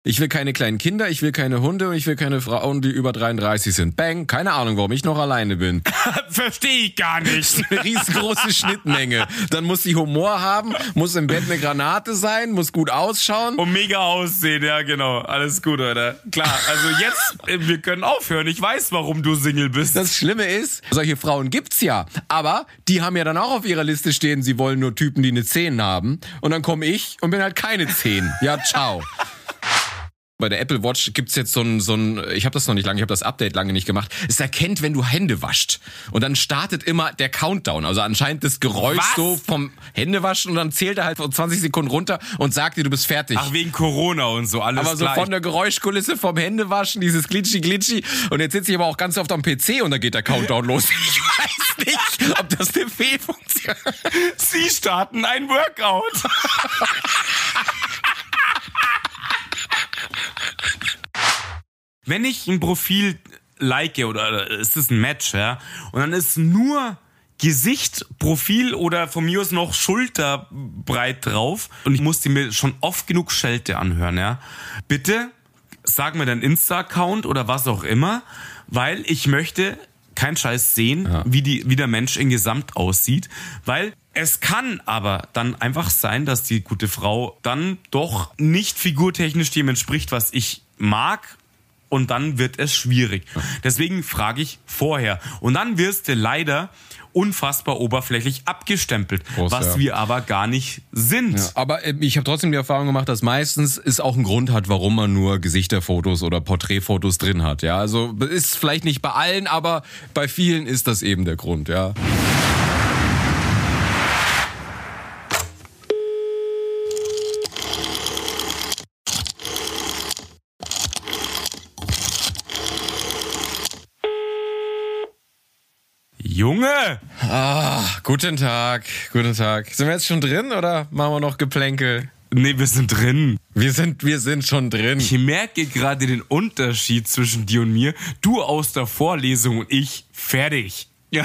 Ich will keine kleinen Kinder, ich will keine Hunde und ich will keine Frauen, die über 33 sind. Bang, keine Ahnung, warum ich noch alleine bin. Verstehe ich gar nicht. Eine riesengroße Schnittmenge. Dann muss sie Humor haben, muss im Bett eine Granate sein, muss gut ausschauen. Und mega aussehen, ja genau. Alles gut, oder? Klar, also jetzt, wir können aufhören. Ich weiß, warum du Single bist. Das Schlimme ist, solche Frauen gibt's ja. Aber die haben ja dann auch auf ihrer Liste stehen, sie wollen nur Typen, die eine 10 haben. Und dann komme ich und bin halt keine 10. Ja, ciao. Bei der Apple Watch gibt's jetzt so ein, ich habe das noch nicht lange, ich habe das Update lange nicht gemacht. Es erkennt, wenn du Hände wascht. Und dann startet immer der Countdown. Also anscheinend das Geräusch so vom Händewaschen und dann zählt er halt von 20 Sekunden runter und sagt dir, du bist fertig. Ach, wegen Corona und so, alles aber so gleich. Von der Geräuschkulisse vom Händewaschen, dieses Glitschi. Und jetzt sitze ich aber auch ganz oft am PC und da geht der Countdown los. Ich weiß nicht, ob das eine Fehlfunktion ist. Sie starten ein Workout. Wenn ich ein Profil like oder es ist ein Match, ja, und dann ist nur Gesicht, Profil oder von mir aus noch Schulterbreit drauf und ich musste mir schon oft genug Schelte anhören, ja. Bitte sag mir deinen Insta-Account oder was auch immer, weil ich möchte keinen Scheiß sehen, ja, wie der Mensch insgesamt aussieht, weil es kann aber dann einfach sein, dass die gute Frau dann doch nicht figurtechnisch dem entspricht, was ich mag. Und dann wird es schwierig. Deswegen frage ich vorher. Und dann wirst du leider unfassbar oberflächlich abgestempelt, was wir aber gar nicht sind. Ja, aber ich habe trotzdem die Erfahrung gemacht, dass meistens es auch einen Grund hat, warum man nur Gesichterfotos oder Porträtfotos drin hat. Ja, also ist vielleicht nicht bei allen, aber bei vielen ist das eben der Grund. Ja. Junge! Guten Tag. Sind wir jetzt schon drin oder machen wir noch Geplänkel? Nee, wir sind drin. Wir sind schon drin. Ich merke gerade den Unterschied zwischen dir und mir. Du aus der Vorlesung und ich fertig. Ja.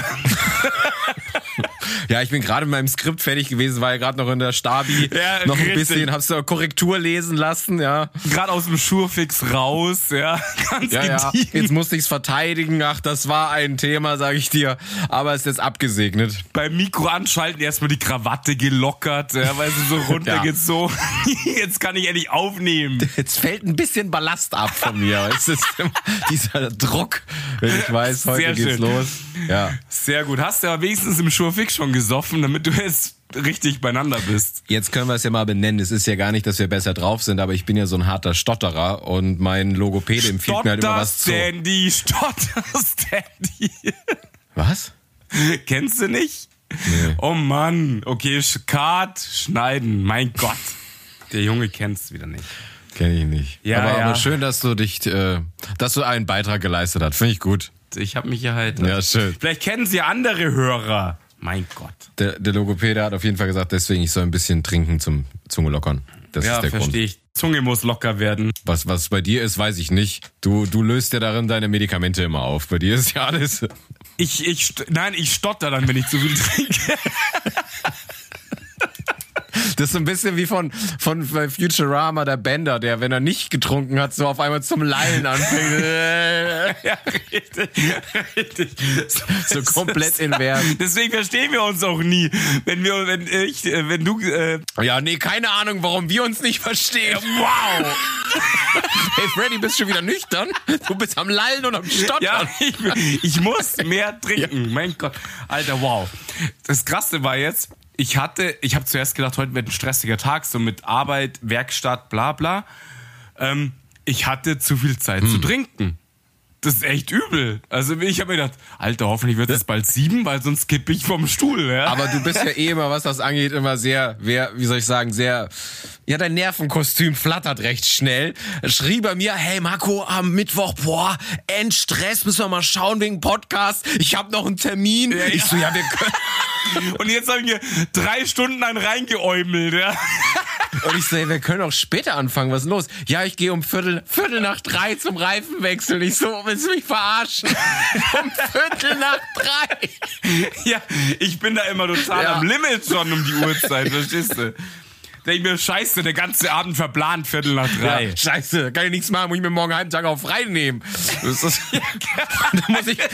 Ja, ich bin gerade mit meinem Skript fertig gewesen, war ja gerade noch in der Stabi, ja, noch ein bisschen, hab's da Korrektur lesen lassen, ja. Gerade aus dem Schurfix raus, ja. Ganz ja. Jetzt musste ich's verteidigen, ach, das war ein Thema, sag ich dir, aber es ist jetzt abgesegnet. Beim Mikro anschalten erstmal die Krawatte gelockert, ja, weil sie so runtergezogen. Ja. Jetzt kann ich endlich aufnehmen. Jetzt fällt ein bisschen Ballast ab von mir. Es ist dieser Druck, wenn ich weiß, heute geht's los. Ja. Sehr gut. Hast du aber wenigstens im Schurfix schon gesoffen, damit du jetzt richtig beieinander bist. Jetzt können wir es ja mal benennen. Es ist ja gar nicht, dass wir besser drauf sind, aber ich bin ja so ein harter Stotterer und mein Logopäde empfiehlt mir halt immer was zu. Stotterstandy. Was? Kennst du nicht? Nee. Oh Mann. Okay, Skat schneiden. Mein Gott. Der Junge kennt's wieder nicht. Kenn ich nicht. Ja, aber schön, dass du einen Beitrag geleistet hast. Finde ich gut. Ich habe mich erhalten. Ja, schön. Vielleicht kennen sie andere Hörer. Mein Gott. Der Logopäde hat auf jeden Fall gesagt, deswegen ich soll ein bisschen trinken zum Zunge lockern. Das ist der Grund. Ja, verstehe ich. Zunge muss locker werden. Was bei dir ist, weiß ich nicht. Du löst ja darin deine Medikamente immer auf. Bei dir ist ja alles... Ich stotter dann, wenn ich zu viel trinke. Das ist so ein bisschen wie von Futurama, der Bender, der, wenn er nicht getrunken hat, so auf einmal zum Lallen anfängt. Ja, richtig. So komplett invers. Deswegen verstehen wir uns auch nie. Wenn du... Ja, nee, keine Ahnung, warum wir uns nicht verstehen. Wow! Hey Freddy, bist du schon wieder nüchtern? Du bist am Lallen und am Stottern. Ja, ich muss mehr trinken. Ja. Mein Gott. Alter, wow. Das Krasse war jetzt... Ich habe zuerst gedacht, heute wird ein stressiger Tag, so mit Arbeit, Werkstatt, bla bla. Ich hatte zu viel Zeit zu trinken. Das ist echt übel. Also ich habe mir gedacht, Alter, hoffentlich wird es bald 7, weil sonst kippe ich vom Stuhl. Ja? Aber du bist ja immer, was das angeht, immer sehr, dein Nervenkostüm flattert recht schnell. Schrie bei mir, hey Marco, am Mittwoch, Endstress, müssen wir mal schauen wegen Podcast. Ich habe noch einen Termin. Ja. Ich so, ja, wir können... Und jetzt habe ich mir 3 Stunden lang reingeäumelt, ja. Und ich so, hey, wir können auch später anfangen, was ist los? Ja, ich gehe um Viertel nach 3 zum Reifenwechsel. Ich so, willst du mich verarschen? Um Viertel nach 3. Ja, ich bin da immer total am Limit schon um die Uhrzeit, verstehst du? Denk mir, scheiße, der ganze Abend verplant, 2:45. Ja, scheiße, kann ich nichts machen, muss ich mir morgen einen halben Tag auch frei nehmen. Das ist, da muss ich...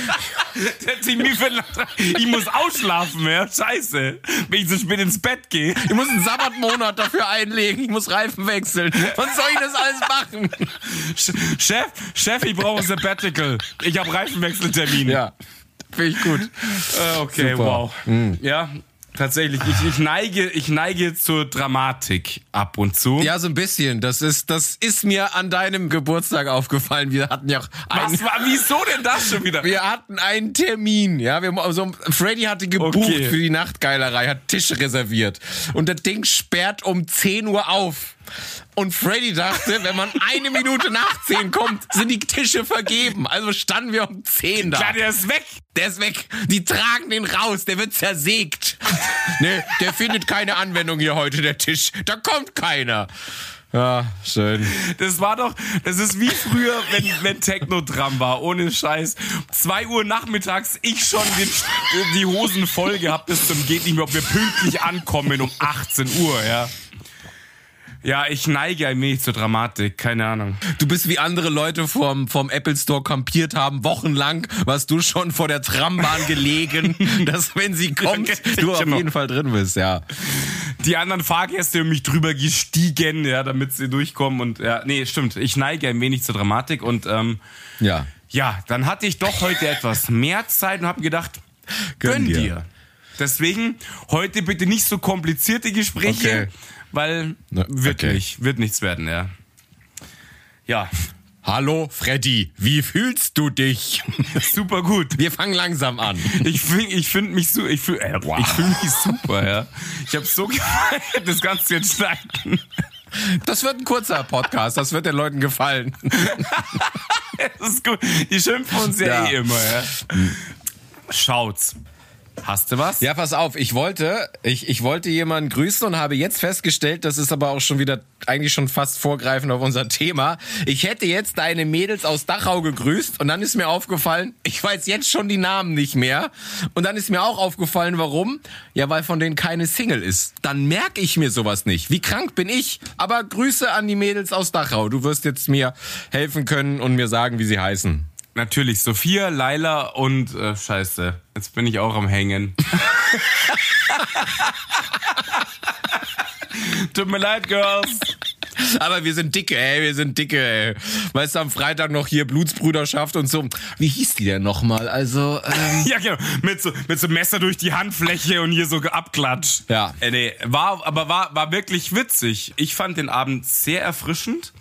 Ich muss ausschlafen, ja, scheiße. Wenn ich so spät ins Bett gehe. Ich muss einen Sabbatmonat dafür einlegen, ich muss Reifen wechseln. Wann soll ich das alles machen? Chef, ich brauche ein Sabbatical. Ich habe Reifenwechseltermin. Ja, finde ich gut. Okay, Super. wow. Ja, tatsächlich. Ich neige zur Dramatik ab und zu. Ja, so ein bisschen. Das ist mir an deinem Geburtstag aufgefallen. Wir hatten ja auch Wieso denn das schon wieder? Wir hatten einen Termin, ja. Freddy hatte gebucht für die Nachtgeilerei, hat Tische reserviert. Und das Ding sperrt um 10 Uhr auf. Und Freddy dachte, wenn man 1 Minute nach 10 kommt, sind die Tische vergeben. Also standen wir um 10 da. Klar, der ist weg. Der ist weg. Die tragen den raus. Der wird zersägt. Nee, der findet keine Anwendung hier heute, der Tisch. Da kommt keiner. Ja, schön. Das ist wie früher, wenn Techno-Drum war, ohne Scheiß. 2 Uhr nachmittags, ich schon die Hosen voll gehabt bis zum geht nicht mehr, ob wir pünktlich ankommen um 18 Uhr, ja. Ja, ich neige ein wenig zur Dramatik, keine Ahnung. Du bist wie andere Leute vom Apple Store kampiert haben, wochenlang warst du schon vor der Trambahn gelegen, dass wenn sie kommt, du auf jeden Fall drin bist, ja. Die anderen Fahrgäste um mich drüber gestiegen, ja, damit sie durchkommen und ja, nee, stimmt, ich neige ein wenig zur Dramatik und ja, dann hatte ich doch heute etwas mehr Zeit und habe gedacht, gönn dir. Deswegen heute bitte nicht so komplizierte Gespräche. Okay. Weil wird nichts werden, ja. Ja. Hallo Freddy, wie fühlst du dich? Super gut. Wir fangen langsam an. Ich fühle mich super, ja. Ich habe so gefallen, das Ganze jetzt schneiden. Das wird ein kurzer Podcast, das wird den Leuten gefallen. Das ist gut. Die schimpfen uns ja eh immer, ja. Schaut's. Hast du was? Ja, pass auf, ich wollte jemanden grüßen und habe jetzt festgestellt, das ist aber auch schon wieder eigentlich schon fast vorgreifend auf unser Thema. Ich hätte jetzt deine Mädels aus Dachau gegrüßt und dann ist mir aufgefallen, ich weiß jetzt schon die Namen nicht mehr. Und dann ist mir auch aufgefallen, warum? Ja, weil von denen keine Single ist. Dann merke ich mir sowas nicht. Wie krank bin ich? Aber Grüße an die Mädels aus Dachau. Du wirst jetzt mir helfen können und mir sagen, wie sie heißen. Natürlich, Sophia, Laila und scheiße, jetzt bin ich auch am Hängen. Tut mir leid, Girls. Aber wir sind dicke, ey. Weißt du, am Freitag noch hier Blutsbrüderschaft und so. Wie hieß die denn nochmal? Also, Ja, genau. Mit so Messer durch die Handfläche und hier so abklatscht. Ja. Nee, war wirklich witzig. Ich fand den Abend sehr erfrischend.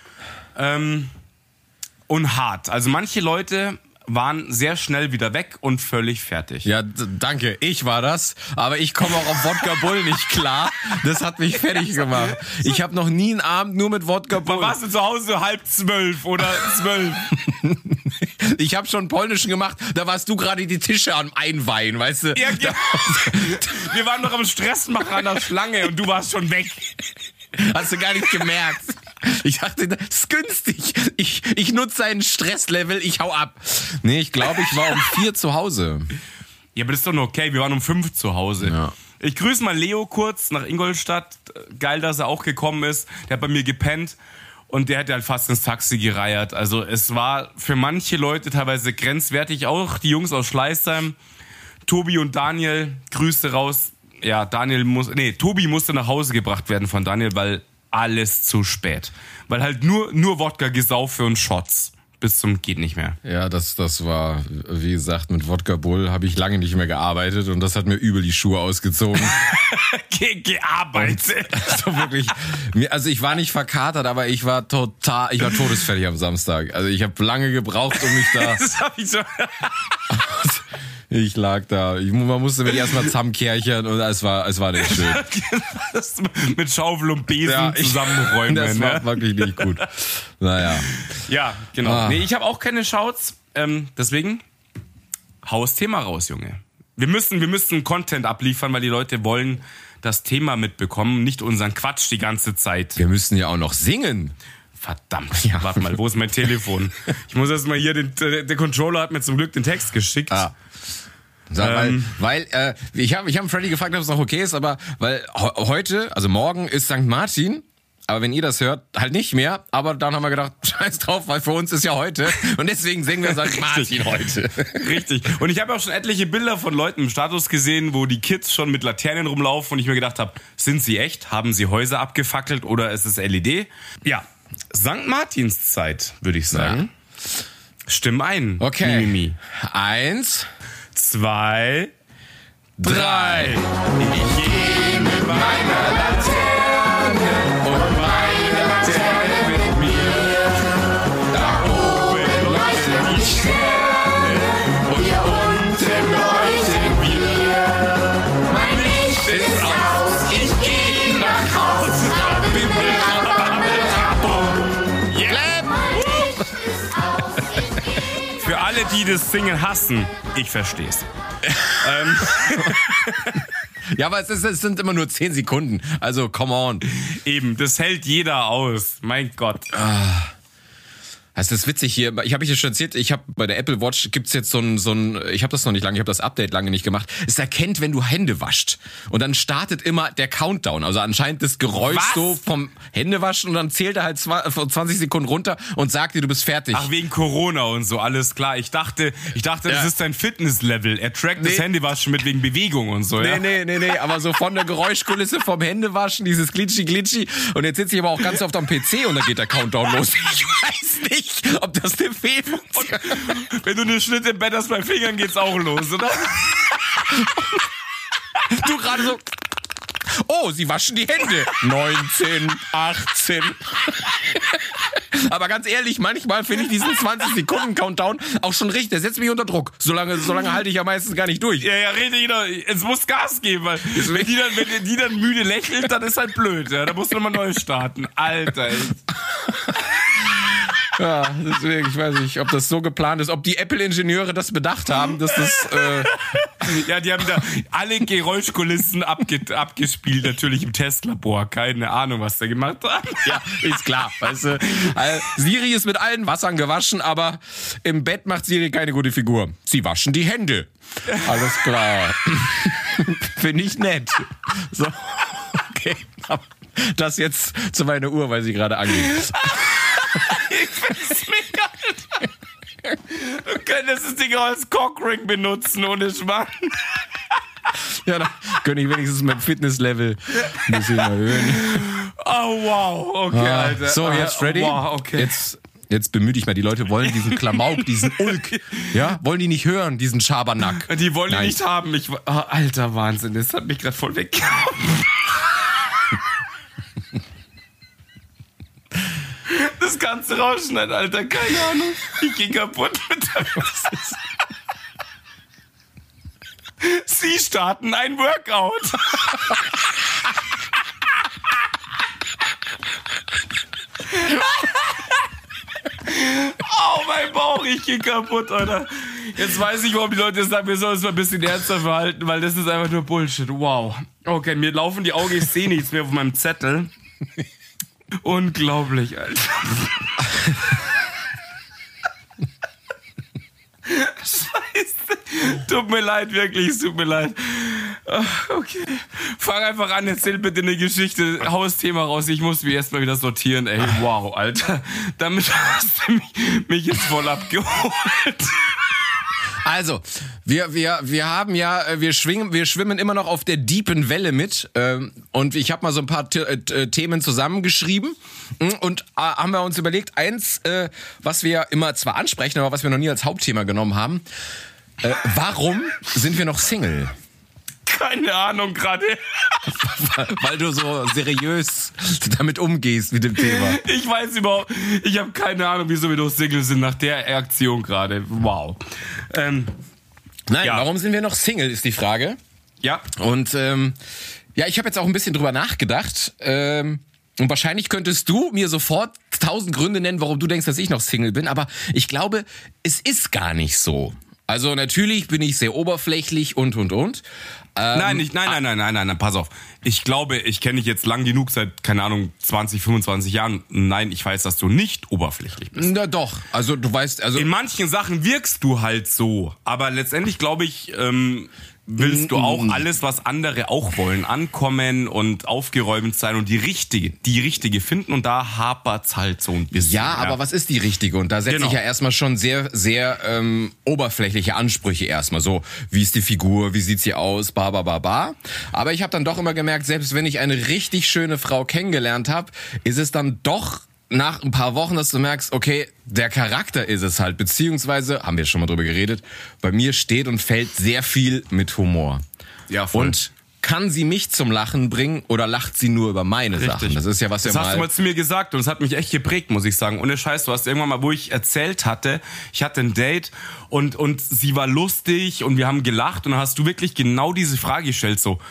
Und hart. Also manche Leute waren sehr schnell wieder weg und völlig fertig. Ja, danke. Ich war das. Aber ich komme auch auf Wodka Bull nicht klar. Das hat mich fertig gemacht. Ich habe noch nie einen Abend nur mit Wodka Bull. Wann warst du zu Hause? 11:30 oder 12? Ich habe schon Polnischen gemacht. Da warst du gerade die Tische am Einweihen, weißt du? Ja, genau. Wir waren noch am Stressmachen an der Schlange und du warst schon weg. Hast du gar nicht gemerkt. Ich dachte, das ist günstig. Ich nutze seinen Stresslevel, ich hau ab. Nee, ich glaube, ich war um 4 zu Hause. Ja, aber das ist doch nur okay. Wir waren um 5 zu Hause. Ja. Ich grüße mal Leo kurz nach Ingolstadt. Geil, dass er auch gekommen ist. Der hat bei mir gepennt. Und der hat halt fast ins Taxi gereiert. Also es war für manche Leute teilweise grenzwertig. Auch die Jungs aus Schleißheim. Tobi und Daniel, Grüße raus. Ja, Tobi musste nach Hause gebracht werden von Daniel, weil alles zu spät. Weil halt nur Wodka, Gesaufe und Shots. Bis zum geht nicht mehr. Ja, das war, wie gesagt, mit Wodka Bull habe ich lange nicht mehr gearbeitet und das hat mir übel die Schuhe ausgezogen. Gearbeitet? So wirklich. Also ich war nicht verkatert, aber ich war todesfertig am Samstag. Also ich habe lange gebraucht, um mich da... Das hab ich schon... Ich lag da. Man musste mich erstmal zusammenkerchern und es war nicht schön. Mit Schaufel und Besen zusammenräumen. Das war wirklich nicht gut. Naja. Ja, genau. Nee, ich habe auch keine Shouts. Deswegen hau das Thema raus, Junge. Wir müssen Content abliefern, weil die Leute wollen das Thema mitbekommen, nicht unseren Quatsch die ganze Zeit. Wir müssen ja auch noch singen. Verdammt. Ja. Warte mal, wo ist mein Telefon? Ich muss erst mal hier, der Controller hat mir zum Glück den Text geschickt. Weil ich hab Freddy gefragt, ob es noch okay ist, aber weil heute, also morgen ist St. Martin. Aber wenn ihr das hört, halt nicht mehr. Aber dann haben wir gedacht, scheiß drauf, weil für uns ist ja heute. Und deswegen singen wir St. Martin heute. Richtig. Und ich habe auch schon etliche Bilder von Leuten im Status gesehen, wo die Kids schon mit Laternen rumlaufen. Und ich mir gedacht habe, sind sie echt? Haben sie Häuser abgefackelt oder ist es LED? Ja, St. Martins Zeit, würde ich sagen. Ja. Stimm ein. Okay. Mimimi. 1, 2, 3. Ich gehe mit meiner Laterne. Und meine Laterne mit mir. Da oben leuchten die Sterne und hier unten leuchten wir. Mein Licht ist aus, ich geh nach Hause. Bimmel, rabammel, rabum. Yeah. Für alle, die das Singen hassen, ich versteh's. Ja, aber es sind immer nur 10 Sekunden. Also, come on. Eben, das hält jeder aus. Mein Gott. Das ist witzig hier. Ich habe euch ja schon erzählt, ich habe bei der Apple Watch gibt's jetzt so ein, ich habe das noch nicht lange, ich habe das Update lange nicht gemacht. Es erkennt, wenn du Hände wascht. Und dann startet immer der Countdown. Also anscheinend das Geräusch so vom Händewaschen und dann zählt er halt 20 Sekunden runter und sagt dir, du bist fertig. Ach, wegen Corona und so, alles klar. Ich dachte, das ist dein Fitnesslevel. Er trackt das Händewaschen mit wegen Bewegung und so, ja? Nee, aber so von der Geräuschkulisse vom Händewaschen, dieses Glitschi. Und jetzt sitze ich aber auch ganz oft am PC und dann geht der Countdown los. Ich weiß nicht, ob das eine Fehlfunktion ist. Wenn du eine Schnitt im Bett hast bei Fingern, geht's auch los, oder? Du gerade so... Oh, sie waschen die Hände. 19, 18. Aber ganz ehrlich, manchmal finde ich diesen 20-Sekunden-Countdown auch schon richtig. Der setzt mich unter Druck. Solange halte ich ja meistens gar nicht durch. Ja, richtig. Es muss Gas geben, weil wenn die dann müde lächelt, dann ist halt blöd. Ja? Da musst du nochmal neu starten. Alter, ey. Ja, deswegen, ich weiß nicht, ob das so geplant ist, ob die Apple-Ingenieure das bedacht haben, dass das... Ja, die haben da alle Geräuschkulissen abgespielt, natürlich im Testlabor. Keine Ahnung, was da gemacht haben. Ja, ist klar, weißt du. Siri ist mit allen Wassern gewaschen, aber im Bett macht Siri keine gute Figur. Sie waschen die Hände. Alles klar. Finde ich nett. So, okay. Das jetzt zu meiner Uhr, weil sie gerade angeht. Ich find's mega, Alter. Du könntest das Ding auch als Cockring benutzen, ohne Schmarrn. Ja, da könnte ich wenigstens mein Fitnesslevel ein bisschen erhöhen. Oh, wow. Okay, Alter. So, jetzt, Freddy. Wow, okay. Jetzt bemühe dich mal. Die Leute wollen diesen Klamauk, diesen Ulk. Ja, wollen die nicht hören, diesen Schabernack. Die wollen die nicht haben. Alter, Wahnsinn. Das hat mich gerade voll weggehauen. Das kannst du rausschneiden, Alter. Keine Ahnung. Ich geh kaputt mit der Basis. Sie starten ein Workout. Oh, mein Bauch, ich geh kaputt, Alter. Jetzt weiß ich, warum die Leute sagen, wir sollen uns mal ein bisschen ernster verhalten, weil das ist einfach nur Bullshit. Wow. Okay, mir laufen die Augen, ich sehe nichts mehr auf meinem Zettel. Unglaublich, Alter. Scheiße. Tut mir leid, wirklich, tut mir leid. Okay. Fang einfach an, erzähl bitte eine Geschichte, hau das Thema raus. Ich muss mich erstmal wieder sortieren, ey. Wow, Alter. Damit hast du mich jetzt voll abgeholt. Also, wir schwimmen immer noch auf der deepen Welle mit und ich habe mal so ein paar Themen zusammengeschrieben und haben wir uns überlegt, eins, was wir immer zwar ansprechen, aber was wir noch nie als Hauptthema genommen haben, warum sind wir noch Single? Keine Ahnung gerade. Weil du so seriös damit umgehst mit dem Thema. Ich habe keine Ahnung, wieso wir noch Single sind nach der Aktion gerade. Wow. Warum sind wir noch Single, ist die Frage. Ja. Und ich habe jetzt auch ein bisschen drüber nachgedacht. Und wahrscheinlich könntest du mir sofort 1000 Gründe nennen, warum du denkst, dass ich noch Single bin. Aber ich glaube, es ist gar nicht so. Also natürlich bin ich sehr oberflächlich und. Nein, pass auf. Ich glaube, ich kenne dich jetzt lang genug, seit, keine Ahnung, 20, 25 Jahren. Nein, ich weiß, dass du nicht oberflächlich bist. Na doch, also du weißt, also... In manchen Sachen wirkst du halt so, aber letztendlich glaube ich, willst du auch alles, was andere auch wollen, ankommen und aufgeräumt sein und die richtige finden, und da hapert's halt so ein bisschen. Ja, aber was ist die richtige? Und da setze ich ja erstmal schon sehr, sehr oberflächliche Ansprüche erstmal. So, wie ist die Figur, wie sieht sie aus, ba. Aber ich habe dann doch immer gemerkt, selbst wenn ich eine richtig schöne Frau kennengelernt habe, ist es dann doch nach ein paar Wochen, dass du merkst, okay, der Charakter ist es halt, beziehungsweise, haben wir schon mal drüber geredet, bei mir steht und fällt sehr viel mit Humor. Ja, voll. Und kann sie mich zum Lachen bringen oder lacht sie nur über meine Sachen? Das ist ja was das hast du mal zu mir gesagt, und es hat mich echt geprägt, muss ich sagen. Ohne Scheiß, du hast irgendwann mal, wo ich erzählt hatte, ich hatte ein Date und sie war lustig und wir haben gelacht, und dann hast du wirklich genau diese Frage gestellt, so,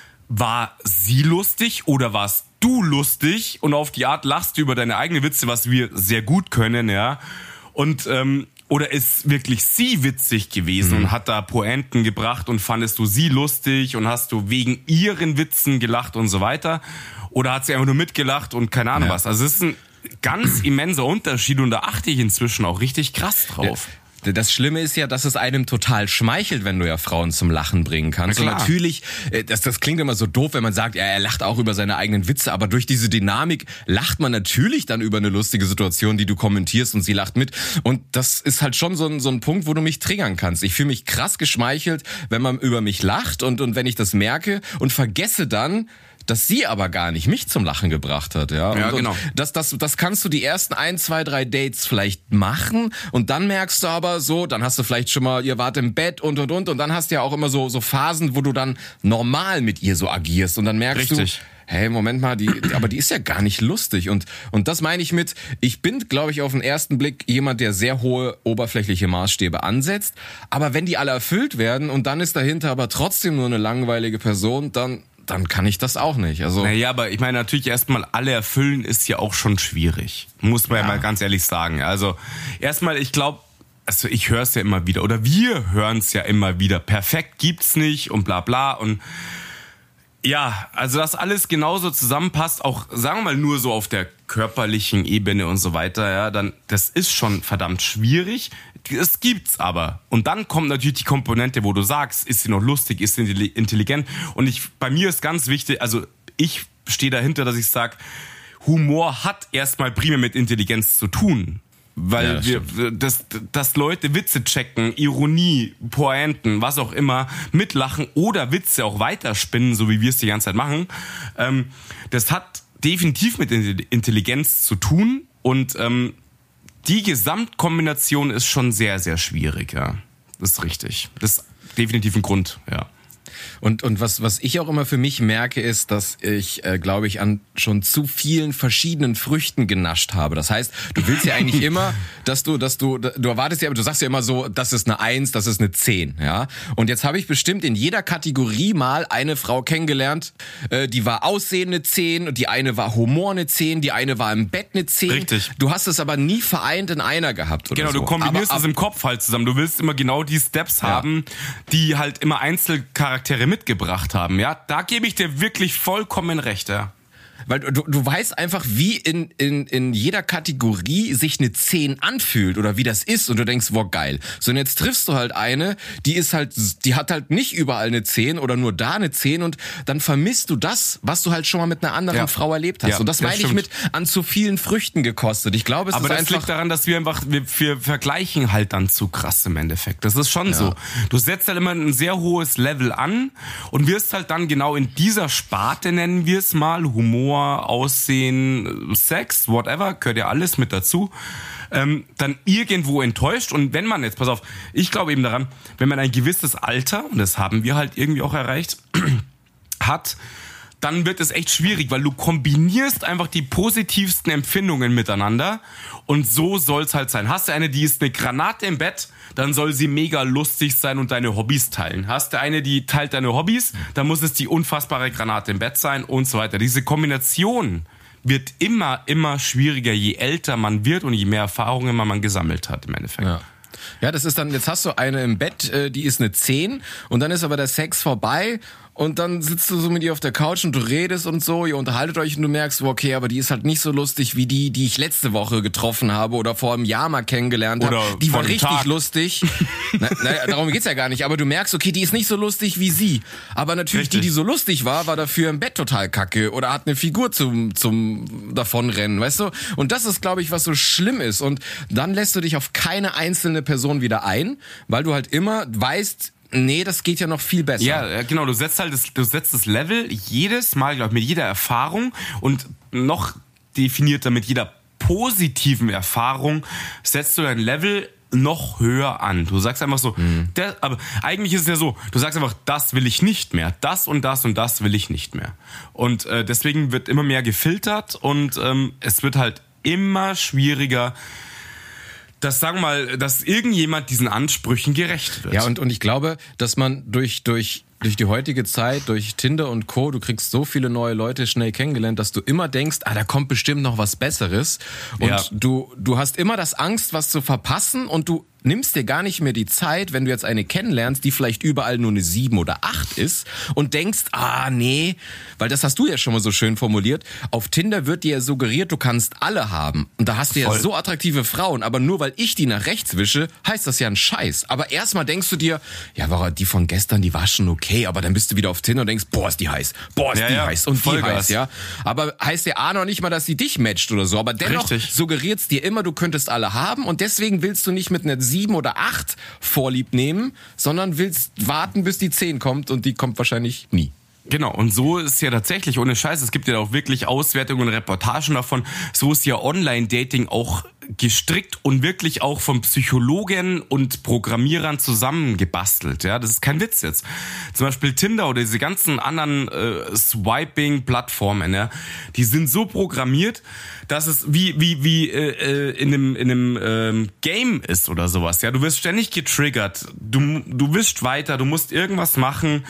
war sie lustig oder warst du lustig? Und auf die Art lachst du über deine eigenen Witze, was wir sehr gut können, ja. Und oder ist wirklich sie witzig gewesen und hat da Pointen gebracht, und fandest du sie lustig und hast du wegen ihren Witzen gelacht und so weiter? Oder hat sie einfach nur mitgelacht und keine Ahnung was? Also es ist ein ganz immenser Unterschied, und da achte ich inzwischen auch richtig krass drauf. Ja. Das Schlimme ist ja, dass es einem total schmeichelt, wenn du ja Frauen zum Lachen bringen kannst. Und natürlich, das klingt immer so doof, wenn man sagt, ja, er lacht auch über seine eigenen Witze, aber durch diese Dynamik lacht man natürlich dann über eine lustige Situation, die du kommentierst, und sie lacht mit. Und das ist halt schon so ein Punkt, wo du mich triggern kannst. Ich fühle mich krass geschmeichelt, wenn man über mich lacht, und wenn ich das merke, und vergesse dann, dass sie aber gar nicht mich zum Lachen gebracht hat, ja. Ja, genau. Und das kannst du die ersten 1, 2, 3 Dates vielleicht machen, und dann merkst du aber so, dann hast du vielleicht schon mal, ihr wart im Bett und dann hast du ja auch immer so Phasen, wo du dann normal mit ihr so agierst, und dann merkst du, hey, Moment mal, aber die ist ja gar nicht lustig, und das meine ich mit, ich bin, glaube ich, auf den ersten Blick jemand, der sehr hohe oberflächliche Maßstäbe ansetzt, aber wenn die alle erfüllt werden und dann ist dahinter aber trotzdem nur eine langweilige Person, dann kann ich das auch nicht. Also, naja, aber ich meine, natürlich erstmal alle erfüllen ist ja auch schon schwierig. Muss man ja mal ganz ehrlich sagen. Also erstmal, ich glaube, also ich höre es ja immer wieder, oder wir hören es ja immer wieder, perfekt gibt's nicht und bla bla, und ja, also dass alles genauso zusammenpasst, auch sagen wir mal nur so auf der körperlichen Ebene und so weiter, ja, dann das ist schon verdammt schwierig. Es gibt's aber. Und dann kommt natürlich die Komponente, wo du sagst, ist sie noch lustig, ist sie intelligent? Und bei mir ist ganz wichtig, also ich stehe dahinter, dass ich sage, Humor hat erstmal primär mit Intelligenz zu tun. Weil dass Leute Witze checken, Ironie, Pointen, was auch immer, mitlachen oder Witze auch weiterspinnen, so wie wir es die ganze Zeit machen, das hat definitiv mit Intelligenz zu tun, und die Gesamtkombination ist schon sehr, sehr schwierig, ja. Das ist richtig. Das ist definitiv ein Grund, ja. Und was ich auch immer für mich merke, ist, dass ich, glaube ich, an schon zu vielen verschiedenen Früchten genascht habe. Das heißt, du willst ja eigentlich immer, du erwartest ja, du sagst ja immer so, das ist eine 1, das ist eine 10, ja. Und jetzt habe ich bestimmt in jeder Kategorie mal eine Frau kennengelernt, die war Aussehen eine 10, und die eine war Humor eine 10, die eine war im Bett eine 10. Richtig. Du hast es aber nie vereint in einer gehabt, oder? Genau, so. Du kombinierst es im Kopf halt zusammen. Du willst immer genau die Steps haben, die halt immer Einzelcharaktere mitgebracht haben, ja. Da gebe ich dir wirklich vollkommen recht, ja. Weil du weißt einfach, wie in jeder Kategorie sich eine 10 anfühlt oder wie das ist, und du denkst, wow, geil. So, und jetzt triffst du halt eine, die hat halt nicht überall eine 10 oder nur da eine 10, und dann vermisst du das, was du halt schon mal mit einer anderen Frau erlebt hast. Ja, und das meine ich mit an zu vielen Früchten gekostet. Ich glaube, aber das liegt daran, dass wir vergleichen halt dann zu krass im Endeffekt. Das ist schon so. Du setzt halt immer ein sehr hohes Level an und wirst halt dann genau in dieser Sparte, nennen wir es mal, Humor, Aussehen, Sex, whatever, gehört ja alles mit dazu, dann irgendwo enttäuscht. Und wenn man jetzt, pass auf, ich glaube eben daran, wenn man ein gewisses Alter, und das haben wir halt irgendwie auch erreicht, hat, dann wird es echt schwierig, weil du kombinierst einfach die positivsten Empfindungen miteinander, und so soll's halt sein. Hast du eine, die ist eine Granate im Bett, dann soll sie mega lustig sein und deine Hobbys teilen. Hast du eine, die teilt deine Hobbys, dann muss es die unfassbare Granate im Bett sein und so weiter. Diese Kombination wird immer schwieriger, je älter man wird und je mehr Erfahrungen man gesammelt hat im Endeffekt. Ja, das ist dann, jetzt hast du eine im Bett, die ist eine 10 und dann ist aber der Sex vorbei und dann sitzt du so mit ihr auf der Couch und du redest und so, ihr unterhaltet euch und du merkst, okay, aber die ist halt nicht so lustig wie die ich letzte Woche getroffen habe oder vor einem Jahr mal kennengelernt habe. Die war richtig lustig. Naja, darum geht's ja gar nicht, aber du merkst, okay, die ist nicht so lustig wie sie. Aber natürlich die so lustig war dafür im Bett total kacke oder hat eine Figur zum Davonrennen, weißt du? Und das ist, glaube ich, was so schlimm ist. Und dann lässt du dich auf keine einzelne Person wieder ein, weil du halt immer weißt, nee, das geht ja noch viel besser. Ja, genau. Du setzt das Level jedes Mal, glaube ich, mit jeder Erfahrung und noch definierter mit jeder positiven Erfahrung setzt du dein Level noch höher an. Du sagst einfach so, aber eigentlich ist es ja so, du sagst einfach, das will ich nicht mehr. Das und das und das will ich nicht mehr. Und deswegen wird immer mehr gefiltert und es wird halt immer schwieriger, dass irgendjemand diesen Ansprüchen gerecht wird. Ja, und ich glaube, dass man durch die heutige Zeit, durch Tinder und Co., du kriegst so viele neue Leute schnell kennengelernt, dass du immer denkst, da kommt bestimmt noch was Besseres. Und du hast immer das Angst, was zu verpassen und du nimmst dir gar nicht mehr die Zeit, wenn du jetzt eine kennenlernst, die vielleicht überall nur eine 7 oder 8 ist und denkst, nee, weil das hast du ja schon mal so schön formuliert, auf Tinder wird dir ja suggeriert, du kannst alle haben. Und da hast du ja so attraktive Frauen, aber nur weil ich die nach rechts wische, heißt das ja ein Scheiß. Aber erstmal denkst du dir, ja, war die von gestern, die war schon okay, aber dann bist du wieder auf Tinder und denkst, boah, ist die heiß, boah, ist die heiß und die heiß, ja. Aber heißt ja noch nicht mal, dass sie dich matcht oder so, aber dennoch suggeriert's dir immer, du könntest alle haben und deswegen willst du nicht mit einer 7 oder 8 Vorlieb nehmen, sondern willst warten, bis die 10 kommt und die kommt wahrscheinlich nie. Genau, und so ist ja tatsächlich, ohne Scheiß, es gibt ja auch wirklich Auswertungen und Reportagen davon, so ist ja Online-Dating auch gestrickt und wirklich auch von Psychologen und Programmierern zusammengebastelt. Ja, das ist kein Witz jetzt. Zum Beispiel Tinder oder diese ganzen anderen Swiping-Plattformen, ja, die sind so programmiert, dass es wie in einem Game ist oder sowas. Ja, du wirst ständig getriggert, du wischst weiter, du musst irgendwas machen.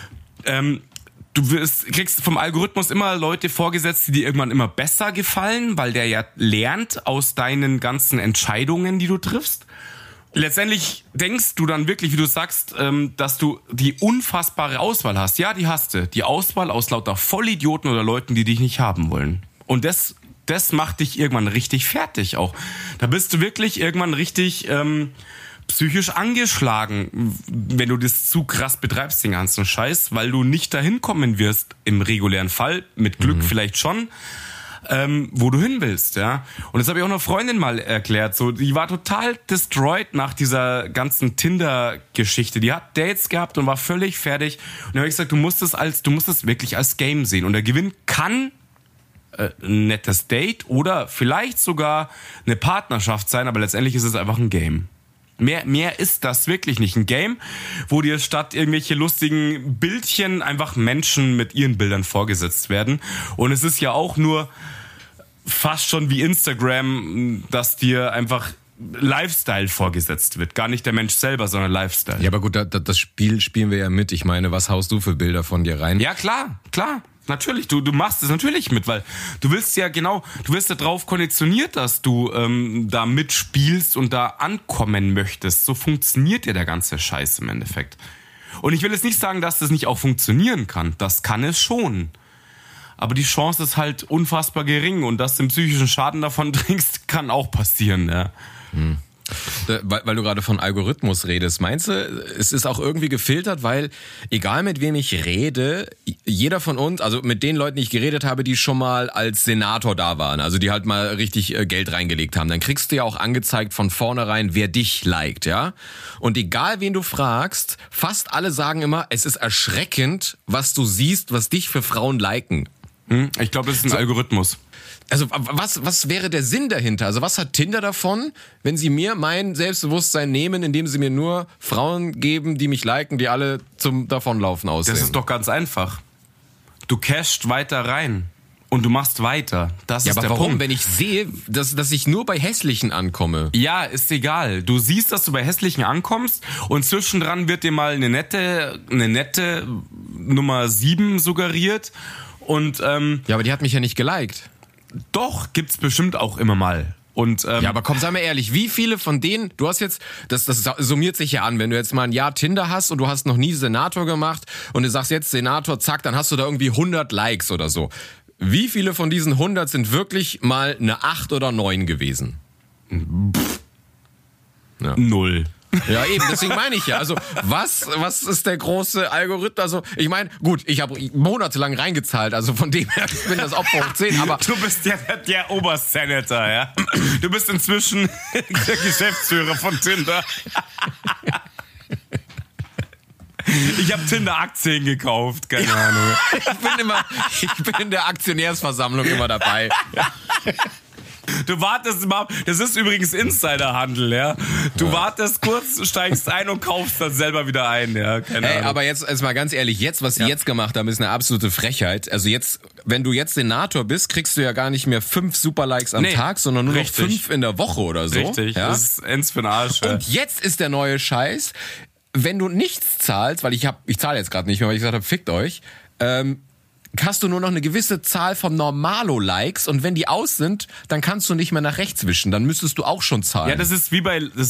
Kriegst vom Algorithmus immer Leute vorgesetzt, die dir irgendwann immer besser gefallen, weil der ja lernt aus deinen ganzen Entscheidungen, die du triffst. Letztendlich denkst du dann wirklich, wie du sagst, dass du die unfassbare Auswahl hast. Ja, die hast du. Die Auswahl aus lauter Vollidioten oder Leuten, die dich nicht haben wollen. Und das macht dich irgendwann richtig fertig auch. Da bist du wirklich irgendwann richtig psychisch angeschlagen, wenn du das zu krass betreibst, den ganzen Scheiß, weil du nicht dahin kommen wirst, im regulären Fall, mit Glück vielleicht schon, wo du hin willst, ja. Und das habe ich auch einer Freundin mal erklärt, so, die war total destroyed nach dieser ganzen Tinder-Geschichte. Die hat Dates gehabt und war völlig fertig. Und dann habe ich gesagt, du musst es wirklich als Game sehen. Und der Gewinn kann ein nettes Date oder vielleicht sogar eine Partnerschaft sein, aber letztendlich ist es einfach ein Game. Mehr ist das wirklich nicht. Ein Game, wo dir statt irgendwelche lustigen Bildchen einfach Menschen mit ihren Bildern vorgesetzt werden. Und es ist ja auch nur fast schon wie Instagram, dass dir einfach Lifestyle vorgesetzt wird. Gar nicht der Mensch selber, sondern Lifestyle. Ja, aber gut, das Spiel spielen wir ja mit. Ich meine, was haust du für Bilder von dir rein? Ja, klar. Natürlich, du machst es natürlich mit, weil du wirst ja darauf konditioniert, dass du da mitspielst und da ankommen möchtest. So funktioniert ja der ganze Scheiß im Endeffekt. Und ich will jetzt nicht sagen, dass das nicht auch funktionieren kann. Das kann es schon. Aber die Chance ist halt unfassbar gering und dass du den psychischen Schaden davon trinkst, kann auch passieren. Ja. Weil du gerade von Algorithmus redest, meinst du, es ist auch irgendwie gefiltert, weil egal mit wem ich rede, jeder von uns, also mit den Leuten, die ich geredet habe, die schon mal als Senator da waren, also die halt mal richtig Geld reingelegt haben, dann kriegst du ja auch angezeigt von vornherein, wer dich liked, ja? Und egal wen du fragst, fast alle sagen immer, es ist erschreckend, was du siehst, was dich für Frauen liken. Ich glaube, das ist ein Algorithmus. Also was wäre der Sinn dahinter? Also was hat Tinder davon, wenn sie mir mein Selbstbewusstsein nehmen, indem sie mir nur Frauen geben, die mich liken, die alle zum Davonlaufen aussehen? Das ist doch ganz einfach. Du cashst weiter rein und du machst weiter. Das ist der Punkt. Ja, aber warum? Wenn ich sehe, dass ich nur bei Hässlichen ankomme. Ja, ist egal. Du siehst, dass du bei Hässlichen ankommst und zwischendran wird dir mal eine nette Nummer 7 suggeriert und ja, aber die hat mich ja nicht geliked. Doch, gibt's bestimmt auch immer mal. Und, ja, aber komm, sei mal ehrlich, wie viele von denen, du hast jetzt, das summiert sich ja an, wenn du jetzt mal ein Jahr Tinder hast und du hast noch nie Senator gemacht und du sagst jetzt Senator, zack, dann hast du da irgendwie 100 Likes oder so. Wie viele von diesen 100 sind wirklich mal eine 8 oder 9 gewesen? Ja. 0. Ja, eben, deswegen meine ich ja. Also, was ist der große Algorithmus? Also, ich meine, gut, ich habe monatelang reingezahlt, also von dem her, ich bin das Opfer hoch 10, aber... Du bist ja der Obersenator, ja? Du bist inzwischen der Geschäftsführer von Tinder. Ich habe Tinder-Aktien gekauft, keine Ahnung. Ich bin in der Aktionärsversammlung immer dabei. Du wartest mal, das ist übrigens Insiderhandel, ja. Du wartest kurz, steigst ein und kaufst dann selber wieder ein, ja. Keine Ahnung. Aber jetzt mal ganz ehrlich, was sie jetzt gemacht haben, ist eine absolute Frechheit. Also jetzt, wenn du jetzt Senator bist, kriegst du ja gar nicht mehr 5 Superlikes am Tag, sondern nur noch 5 in der Woche oder so. Richtig, ja? Das ist ends für den Arsch. Und jetzt ist der neue Scheiß, wenn du nichts zahlst, weil ich zahle jetzt gerade nicht mehr, weil ich gesagt habe, fickt euch, hast du nur noch eine gewisse Zahl von Normalo-Likes und wenn die aus sind, dann kannst du nicht mehr nach rechts wischen, dann müsstest du auch schon zahlen. Ja, das ist wie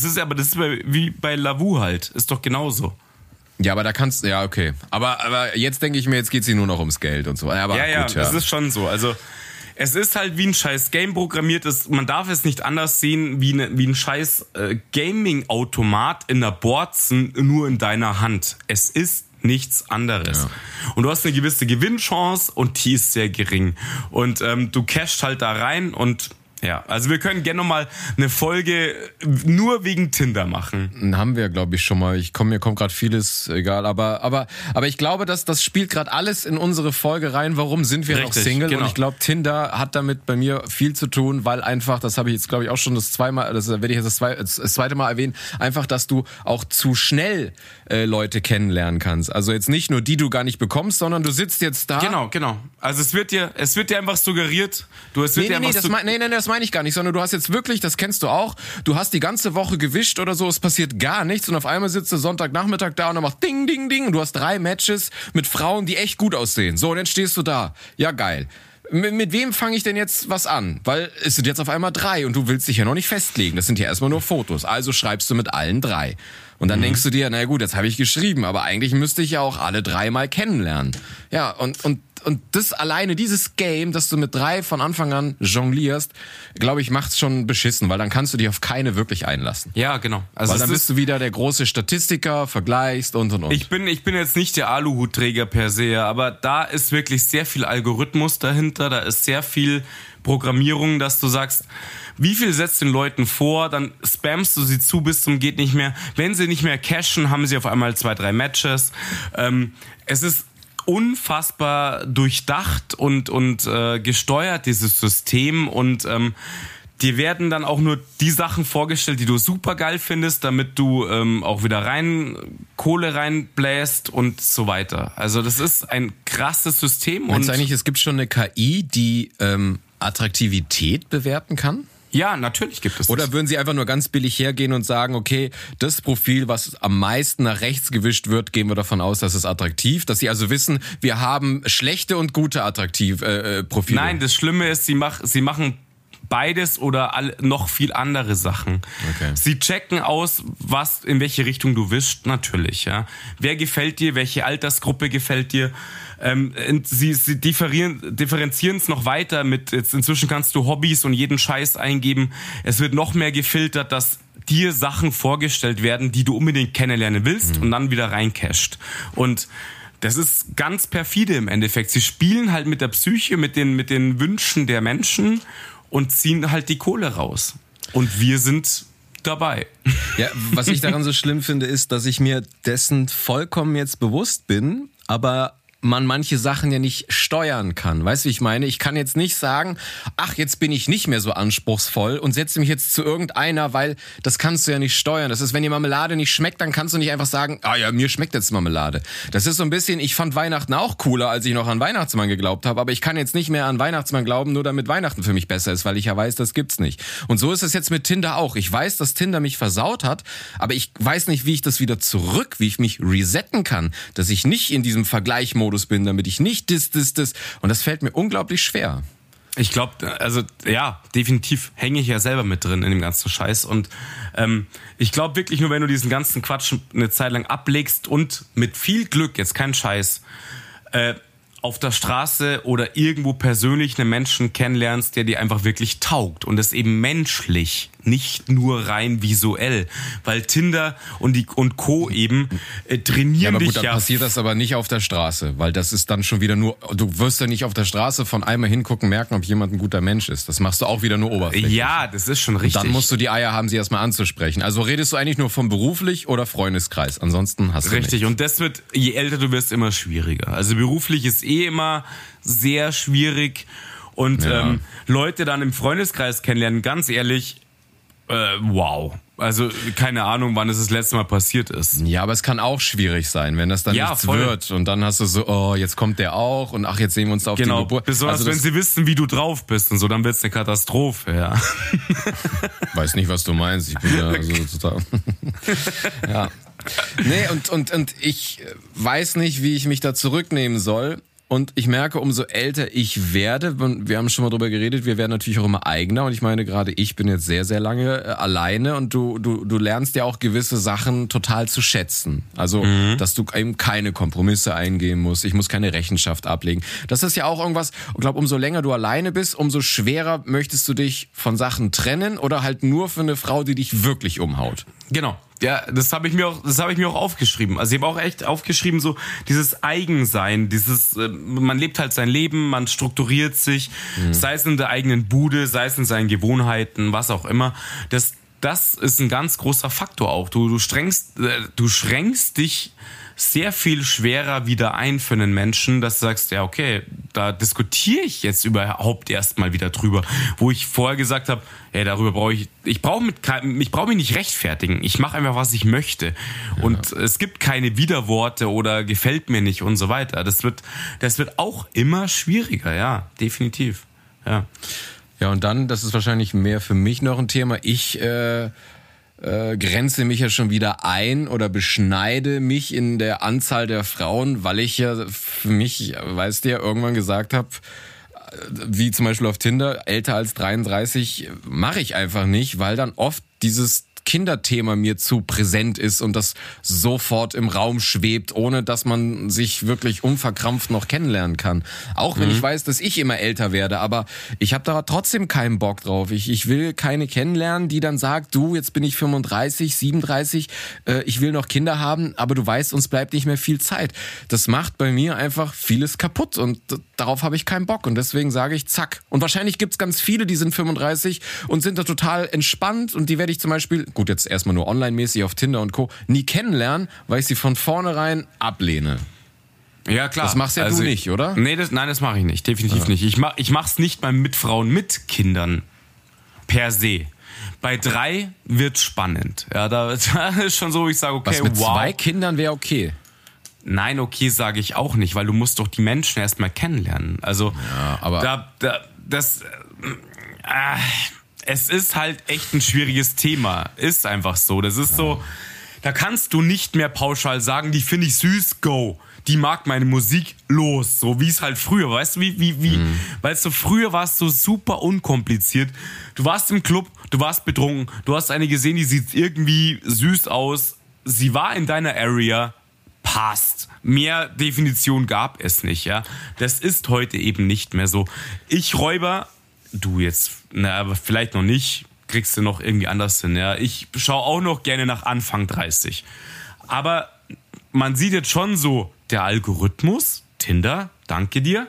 bei Lavu halt, ist doch genauso. Ja, aber da kannst, ja, okay. Aber jetzt denke ich mir, jetzt geht's hier nur noch ums Geld und so. Aber ja, gut, das ist schon so. Also, es ist halt wie ein scheiß Game programmiert, man darf es nicht anders sehen wie ein scheiß Gaming-Automat in der Borzen, nur in deiner Hand. Es ist nichts anderes. Ja. Und du hast eine gewisse Gewinnchance und die ist sehr gering. Und du cashst halt da rein und ja, also wir können gerne nochmal eine Folge nur wegen Tinder machen. Haben wir, glaube ich, schon mal. Mir kommt gerade vieles, egal. Aber ich glaube, dass das spielt gerade alles in unsre Folge rein. Warum sind wir noch Single? Genau. Und ich glaube, Tinder hat damit bei mir viel zu tun, weil einfach, das habe ich jetzt, glaube ich, auch schon das werde ich jetzt das zweite Mal erwähnen, einfach, dass du auch zu schnell Leute kennenlernen kannst. Also jetzt nicht nur die du gar nicht bekommst, sondern du sitzt jetzt da. Genau. Also es wird dir einfach suggeriert. Das meine ich gar nicht, sondern du hast jetzt wirklich, das kennst du auch, du hast die ganze Woche gewischt oder so, es passiert gar nichts und auf einmal sitzt du Sonntagnachmittag da und dann macht Ding, Ding, Ding und du hast 3 Matches mit Frauen, die echt gut aussehen. So, und dann stehst du da. Ja, geil. Mit wem fange ich denn jetzt was an? Weil es sind jetzt auf einmal 3 und du willst dich ja noch nicht festlegen. Das sind ja erstmal nur Fotos. Also schreibst du mit allen 3. Und dann denkst du dir, na gut, jetzt habe ich geschrieben, aber eigentlich müsste ich ja auch alle 3 mal kennenlernen. Ja, und das alleine, dieses Game, dass du mit 3 von Anfang an jonglierst, glaube ich, macht's schon beschissen, weil dann kannst du dich auf keine wirklich einlassen. Ja, genau. Also weil dann bist du wieder der große Statistiker, vergleichst und. Ich bin jetzt nicht der Aluhutträger per se, aber da ist wirklich sehr viel Algorithmus dahinter, da ist sehr viel Programmierung, dass du sagst, wie viel setzt den Leuten vor, dann spammst du sie zu bis zum geht nicht mehr. Wenn sie nicht mehr cashen, haben sie auf einmal 2, 3 Matches. Es ist unfassbar durchdacht und gesteuert, dieses System, und dir werden dann auch nur die Sachen vorgestellt, die du super geil findest, damit du auch wieder Kohle reinbläst und so weiter. Also das ist ein krasses System. Meinst du eigentlich, es gibt schon eine KI, die Attraktivität bewerten kann? Ja, natürlich gibt es das. Oder würden Sie einfach nur ganz billig hergehen und sagen, okay, das Profil, was am meisten nach rechts gewischt wird, gehen wir davon aus, dass es attraktiv, dass Sie also wissen, wir haben schlechte und gute Profile. Nein, das Schlimme ist, sie machen beides oder noch viel andere Sachen. Okay. Sie checken aus, in welche Richtung du wischst, natürlich, ja. Wer gefällt dir, welche Altersgruppe gefällt dir? Sie differenzieren es noch weiter mit, jetzt inzwischen kannst du Hobbys und jeden Scheiß eingeben. Es wird noch mehr gefiltert, dass dir Sachen vorgestellt werden, die du unbedingt kennenlernen willst und dann wieder reincasht. Und das ist ganz perfide im Endeffekt. Sie spielen halt mit der Psyche, mit den Wünschen der Menschen und ziehen halt die Kohle raus. Und wir sind dabei. Ja, was ich daran so schlimm finde, ist, dass ich mir dessen vollkommen jetzt bewusst bin, aber man manche Sachen ja nicht steuern kann. Weißt du, wie ich meine? Ich kann jetzt nicht sagen, ach, jetzt bin ich nicht mehr so anspruchsvoll und setze mich jetzt zu irgendeiner, weil das kannst du ja nicht steuern. Das ist, wenn dir Marmelade nicht schmeckt, dann kannst du nicht einfach sagen, ah ja, mir schmeckt jetzt Marmelade. Das ist so ein bisschen, ich fand Weihnachten auch cooler, als ich noch an Weihnachtsmann geglaubt habe, aber ich kann jetzt nicht mehr an Weihnachtsmann glauben, nur damit Weihnachten für mich besser ist, weil ich ja weiß, das gibt's nicht. Und so ist es jetzt mit Tinder auch. Ich weiß, dass Tinder mich versaut hat, aber ich weiß nicht, wie ich das wieder wie ich mich resetten kann, dass ich nicht in diesem Vergleichmodus bin, damit ich nicht das. Und das fällt mir unglaublich schwer. Ich glaube, also ja, definitiv hänge ich ja selber mit drin in dem ganzen Scheiß. Und ich glaube wirklich nur, wenn du diesen ganzen Quatsch eine Zeit lang ablegst und mit viel Glück, jetzt kein Scheiß, auf der Straße oder irgendwo persönlich einen Menschen kennenlernst, der dir einfach wirklich taugt und es eben menschlich, nicht nur rein visuell, weil Tinder und Co. eben trainieren ja, aber gut, dich dann passiert das aber nicht auf der Straße, weil das ist dann schon wieder nur, du wirst ja nicht auf der Straße von einmal hingucken, merken, ob jemand ein guter Mensch ist. Das machst du auch wieder nur oberflächlich. Ja, das ist schon richtig. Und dann musst du die Eier haben, sie erstmal anzusprechen. Also redest du eigentlich nur vom beruflich oder Freundeskreis, ansonsten hast du richtig, nicht. und das wird, je älter du wirst, immer schwieriger. Also beruflich ist immer sehr schwierig und Leute dann im Freundeskreis kennenlernen, ganz ehrlich, wow. Also keine Ahnung, wann es das letzte Mal passiert ist. Ja, aber es kann auch schwierig sein, wenn das dann nichts voll. wird und dann hast du so, oh, jetzt kommt der auch und ach, jetzt sehen wir uns da auf die Geburt. Besonders also wenn sie wissen, wie du drauf bist und so, dann wird's eine Katastrophe, ja. Weiß nicht, was du meinst. Ich bin ja also total. Ja. Nee, und ich weiß nicht, wie ich mich da zurücknehmen soll. Und ich merke, umso älter ich werde, wir haben schon mal drüber geredet, wir werden natürlich auch immer eigener. Und ich meine, gerade ich bin jetzt sehr, sehr lange alleine und du lernst ja auch gewisse Sachen total zu schätzen. Also, dass du eben keine Kompromisse eingehen musst. Ich muss keine Rechenschaft ablegen. Das ist ja auch irgendwas, ich glaube, umso länger du alleine bist, umso schwerer möchtest du dich von Sachen trennen oder halt nur für eine Frau, die dich wirklich umhaut. Genau. Ja, das habe ich mir auch aufgeschrieben. Also ich habe auch echt aufgeschrieben, so dieses Eigensein, man lebt halt sein Leben, man strukturiert sich, sei es in der eigenen Bude, sei es in seinen Gewohnheiten, was auch immer. Das ist ein ganz großer Faktor auch. Du schränkst dich sehr viel schwerer wieder ein für einen Menschen, dass du sagst, ja okay, da diskutiere ich jetzt überhaupt erstmal wieder drüber, wo ich vorher gesagt habe, ey, darüber brauche ich brauche mich nicht rechtfertigen, ich mache einfach, was ich möchte und es gibt keine Widerworte oder gefällt mir nicht und so weiter. Das wird auch immer schwieriger, ja, definitiv, ja. Ja, und dann, das ist wahrscheinlich mehr für mich noch ein Thema, ich grenze mich ja schon wieder ein oder beschneide mich in der Anzahl der Frauen, weil ich ja für mich, weißt du ja, irgendwann gesagt habe, wie zum Beispiel auf Tinder, älter als 33 mache ich einfach nicht, weil dann oft dieses Kinderthema mir zu präsent ist und das sofort im Raum schwebt, ohne dass man sich wirklich unverkrampft noch kennenlernen kann. Auch wenn ich weiß, dass ich immer älter werde, aber ich habe da trotzdem keinen Bock drauf. Ich will keine kennenlernen, die dann sagt, du, jetzt bin ich 35, 37, ich will noch Kinder haben, aber du weißt, uns bleibt nicht mehr viel Zeit. Das macht bei mir einfach vieles kaputt und darauf habe ich keinen Bock und deswegen sage ich, zack. Und wahrscheinlich gibt's ganz viele, die sind 35 und sind da total entspannt und die werde ich zum Beispiel, gut, jetzt erstmal nur online-mäßig auf Tinder und Co., nie kennenlernen, weil ich sie von vornherein ablehne. Ja, klar. Das machst ja du nicht, oder? Nee, das mache ich nicht, definitiv nicht. Ich mach's nicht mal mit Frauen mit Kindern per se. Bei 3 wird's spannend. Ja, da ist schon so, ich sage, okay, was mit wow. 2 Kindern wäre okay. Nein, okay, sage ich auch nicht, weil du musst doch die Menschen erstmal kennenlernen. Also, ja, aber es ist halt echt ein schwieriges Thema. Ist einfach so. Das ist so, da kannst du nicht mehr pauschal sagen, die finde ich süß, go. Die mag meine Musik, los. So wie es halt früher, weißt du, weil so früher war es so super unkompliziert. Du warst im Club, du warst betrunken, du hast eine gesehen, die sieht irgendwie süß aus. Sie war in deiner Area, passt. Mehr Definition gab es nicht, ja. Das ist heute eben nicht mehr so. Ich Räuber, du jetzt, aber vielleicht noch nicht, kriegst du noch irgendwie anders hin, ja. Ich schaue auch noch gerne nach Anfang 30. Aber man sieht jetzt schon so, der Algorithmus, Tinder, danke dir,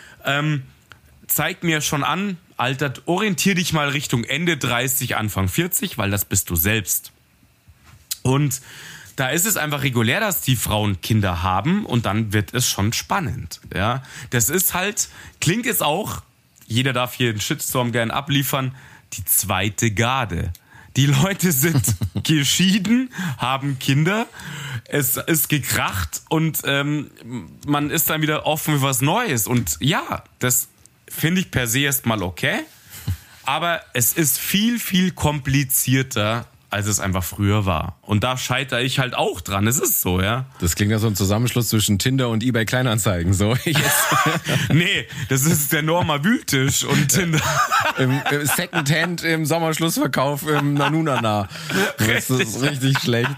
zeigt mir schon an, Alter, orientier dich mal Richtung Ende 30, Anfang 40, weil das bist du selbst. Und da ist es einfach regulär, dass die Frauen Kinder haben und dann wird es schon spannend. Ja, das ist halt, klingt es auch, jeder darf hier einen Shitstorm gern abliefern, die zweite Garde. Die Leute sind geschieden, haben Kinder, es ist gekracht und man ist dann wieder offen für was Neues. Und ja, das finde ich per se erstmal okay, aber es ist viel, viel komplizierter, als es einfach früher war. Und da scheitere ich halt auch dran. Es ist so, ja. Das klingt ja so ein Zusammenschluss zwischen Tinder und eBay Kleinanzeigen. So. Nee, das ist der Norma Wühltisch und Tinder. Im Secondhand, im Sommerschlussverkauf im Nanunana. Das ist richtig schlecht.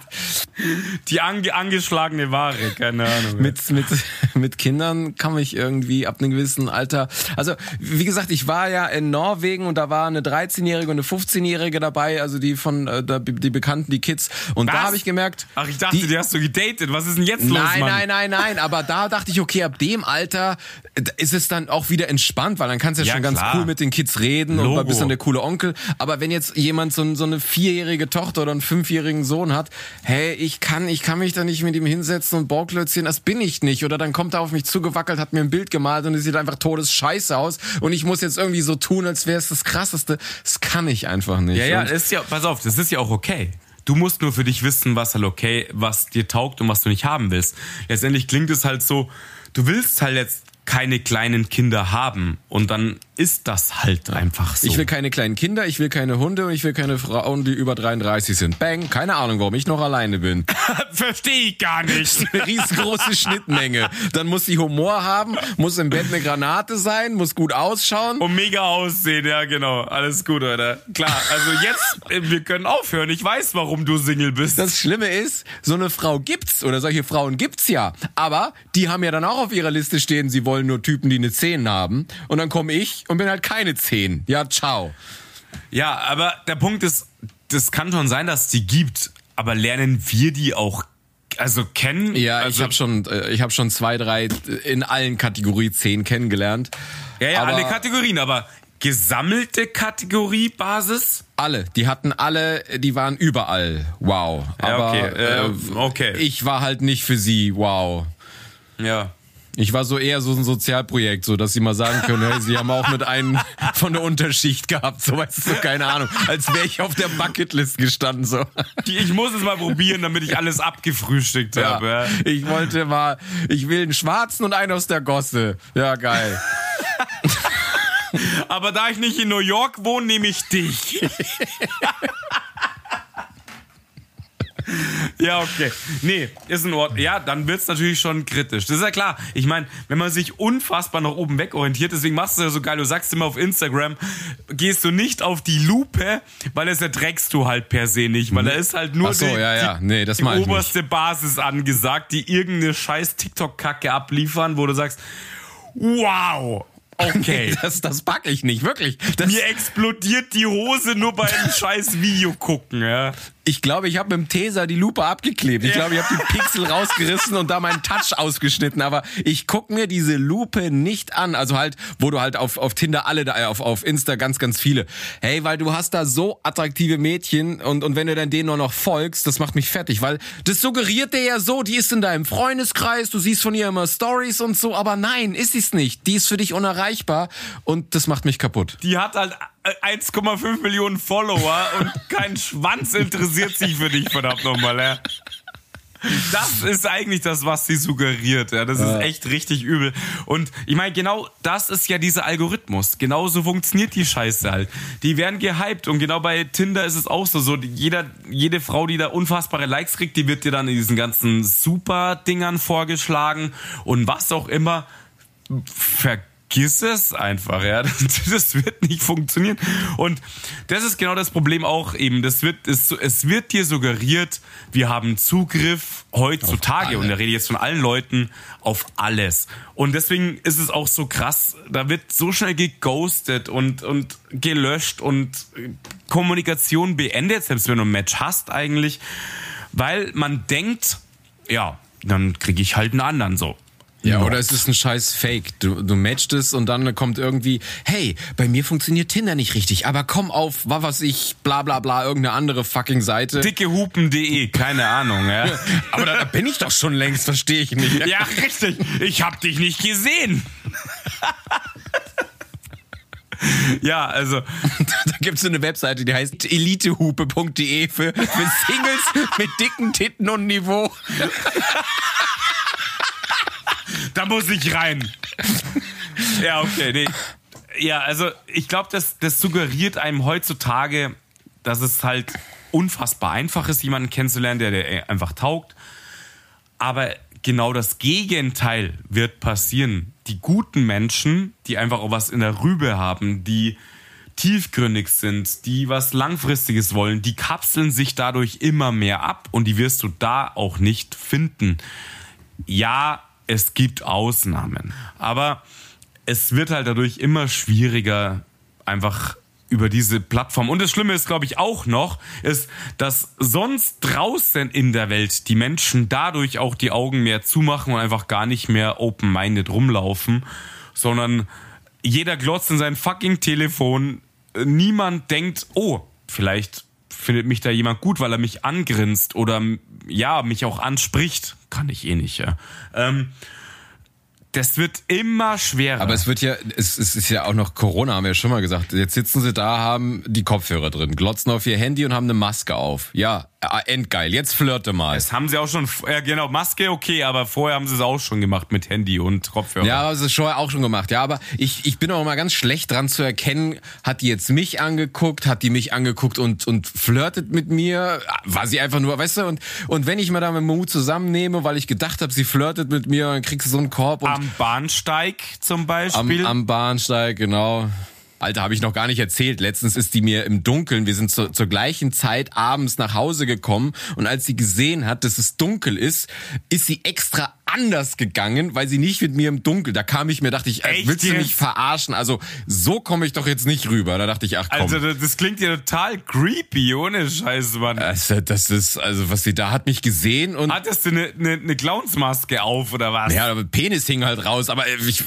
Die angeschlagene Ware, keine Ahnung. Mit Kindern kann ich irgendwie ab einem gewissen Alter... Also, wie gesagt, ich war ja in Norwegen und da war eine 13-Jährige und eine 15-Jährige dabei, also die von die Bekannten, die Kids. Und Was? da habe ich gemerkt... Ach, ich dachte, die hast du gedatet. Was ist denn jetzt los, Mann? Nein. Aber da dachte ich, okay, ab dem Alter ist es dann auch wieder entspannt, weil dann kannst du ja schon klar. ganz cool mit den Kids reden Logo. und bist dann der coole Onkel. Aber wenn jetzt jemand so eine 4-jährige Tochter oder einen 5-jährigen Sohn hat, hey, ich kann mich da nicht mit ihm hinsetzen und Bauklötzchen, das bin ich nicht. Oder dann kommt er auf mich zugewackelt, hat mir ein Bild gemalt und es sieht einfach todesscheiße aus und ich muss jetzt irgendwie so tun, als wäre es das Krasseste. Das kann ich einfach nicht. Ja, das ist ja, pass auf, das ist ja auch okay. Du musst nur für dich wissen, was dir taugt und was du nicht haben willst. Letztendlich klingt es halt so, du willst halt jetzt keine kleinen Kinder haben und dann ist das halt einfach so. Ich will keine kleinen Kinder, ich will keine Hunde und ich will keine Frauen, die über 33 sind. Bang, keine Ahnung, warum ich noch alleine bin. Verstehe ich gar nicht. Eine riesengroße Schnittmenge. Dann muss sie Humor haben, muss im Bett eine Granate sein, muss gut ausschauen. Und mega aussehen, ja genau. Alles gut, Alter. Klar, also jetzt, wir können aufhören. Ich weiß, warum du Single bist. Das Schlimme ist, so eine Frau gibt's oder solche Frauen gibt's ja. Aber die haben ja dann auch auf ihrer Liste stehen, sie wollen nur Typen, die eine 10 haben. Und dann komme ich und bin halt keine 10. Ja, ciao. Ja, aber der Punkt ist, das kann schon sein, dass es die gibt. Aber lernen wir die auch kennen? Ja, also, ich hab schon 2, 3 in allen Kategorie 10 kennengelernt. Ja, aber alle Kategorien, aber gesammelte Kategoriebasis? Alle, die waren überall. Wow. Ja, aber okay. Ich war halt nicht für sie. Wow. Ja. Ich war so eher so ein Sozialprojekt, so dass sie mal sagen können, hey, sie haben auch mit einem von der Unterschicht gehabt, so weißt du, keine Ahnung, als wäre ich auf der Bucketlist gestanden so. Ich muss es mal probieren, damit ich alles abgefrühstückt habe. Ja. Ich will einen Schwarzen und einen aus der Gosse. Ja, geil. Aber da ich nicht in New York wohne, nehme ich dich. Ja, okay. Nee, ist in Ordnung. Ja, dann wird's natürlich schon kritisch. Das ist ja klar. Ich meine, wenn man sich unfassbar nach oben weg orientiert, deswegen machst du es ja so geil, du sagst immer auf Instagram, gehst du nicht auf die Lupe, weil das erträgst du halt per se nicht, weil da ist halt nur die oberste Basis angesagt, die irgendeine scheiß TikTok-Kacke abliefern, wo du sagst, wow, okay. Das pack ich nicht, wirklich. Mir explodiert die Hose nur beim scheiß Video gucken, ja. Ich glaube, ich habe mit dem Taser die Lupe abgeklebt. Ich glaube, ich habe die Pixel rausgerissen und da meinen Touch ausgeschnitten. Aber ich guck mir diese Lupe nicht an. Also halt, wo du halt auf Tinder auf Insta ganz, ganz viele. Hey, weil du hast da so attraktive Mädchen und wenn du dann denen nur noch folgst, das macht mich fertig. Weil das suggeriert dir ja so, die ist in deinem Freundeskreis, du siehst von ihr immer Stories und so. Aber nein, ist sie's nicht. Die ist für dich unerreichbar und das macht mich kaputt. Die hat halt 1,5 Millionen Follower und kein Schwanz interessiert sich für dich, verdammt nochmal, ja. Das ist eigentlich das, was sie suggeriert, ja. Das ist echt richtig übel. Und ich meine, genau das ist ja dieser Algorithmus. Genauso funktioniert die Scheiße halt. Die werden gehypt und genau bei Tinder ist es auch so. Jede Frau, die da unfassbare Likes kriegt, die wird dir dann in diesen ganzen Super-Dingern vorgeschlagen und was auch immer. Vergiss es einfach, ja. Das wird nicht funktionieren. Und das ist genau das Problem auch eben. Es wird dir suggeriert, wir haben Zugriff heutzutage, und da rede ich jetzt von allen Leuten, auf alles. Und deswegen ist es auch so krass, da wird so schnell geghostet und gelöscht und Kommunikation beendet, selbst wenn du ein Match hast eigentlich, weil man denkt, ja, dann kriege ich halt einen anderen so. Ja, oder es ist ein scheiß Fake. Du matchst es und dann kommt irgendwie, hey, bei mir funktioniert Tinder nicht richtig, aber komm auf, was ich, bla bla bla, irgendeine andere fucking Seite. Dickehupen.de, keine Ahnung, ja. Aber da bin ich doch schon längst, verstehe ich nicht. Ja, richtig. Ich hab dich nicht gesehen. Ja, also. Da gibt's so eine Webseite, die heißt elitehupe.de für Singles mit dicken Titten und Niveau. Da muss ich rein. Ja, okay, nee. Ja, also ich glaube, das suggeriert einem heutzutage, dass es halt unfassbar einfach ist, jemanden kennenzulernen, der einfach taugt. Aber genau das Gegenteil wird passieren. Die guten Menschen, die einfach auch was in der Rübe haben, die tiefgründig sind, die was Langfristiges wollen, die kapseln sich dadurch immer mehr ab und die wirst du da auch nicht finden. Ja, es gibt Ausnahmen, aber es wird halt dadurch immer schwieriger, einfach über diese Plattform. Und das Schlimme ist, glaube ich, auch noch, ist, dass sonst draußen in der Welt die Menschen dadurch auch die Augen mehr zumachen und einfach gar nicht mehr open-minded rumlaufen, sondern jeder glotzt in sein fucking Telefon. Niemand denkt, oh, vielleicht findet mich da jemand gut, weil er mich angrinst oder ja, mich auch anspricht. Kann ich eh nicht, ja. Das wird immer schwerer. Aber es ist ja auch noch Corona, haben wir ja schon mal gesagt. Jetzt sitzen sie da, haben die Kopfhörer drin, glotzen auf ihr Handy und haben eine Maske auf. Ja, endgeil. Jetzt flirte mal. Das haben sie auch schon, genau, Maske okay, aber vorher haben sie es auch schon gemacht mit Handy und Kopfhörer. Ja, das ist vorher auch schon gemacht. Ja, aber ich bin auch mal ganz schlecht dran zu erkennen, hat die jetzt mich angeguckt, und flirtet mit mir? War sie einfach nur, weißt du, und wenn ich mal da mit Mut zusammennehme, weil ich gedacht habe, sie flirtet mit mir, dann kriegst du so einen Korb. Und am Bahnsteig zum Beispiel? Am Bahnsteig, genau. Alter, habe ich noch gar nicht erzählt. Letztens ist die mir im Dunkeln, wir sind zur gleichen Zeit abends nach Hause gekommen und als sie gesehen hat, dass es dunkel ist sie extra anders gegangen, weil sie nicht mit mir im Dunkeln, da kam ich mir, dachte ich, willst du mich verarschen? Also so komme ich doch jetzt nicht rüber. Da dachte ich, ach komm. Also das klingt ja total creepy, ohne Scheiß, Mann. Das ist, also was sie da hat mich gesehen und... Hattest du eine Clownsmaske auf oder was? Ja, aber Penis hing halt raus, aber ich...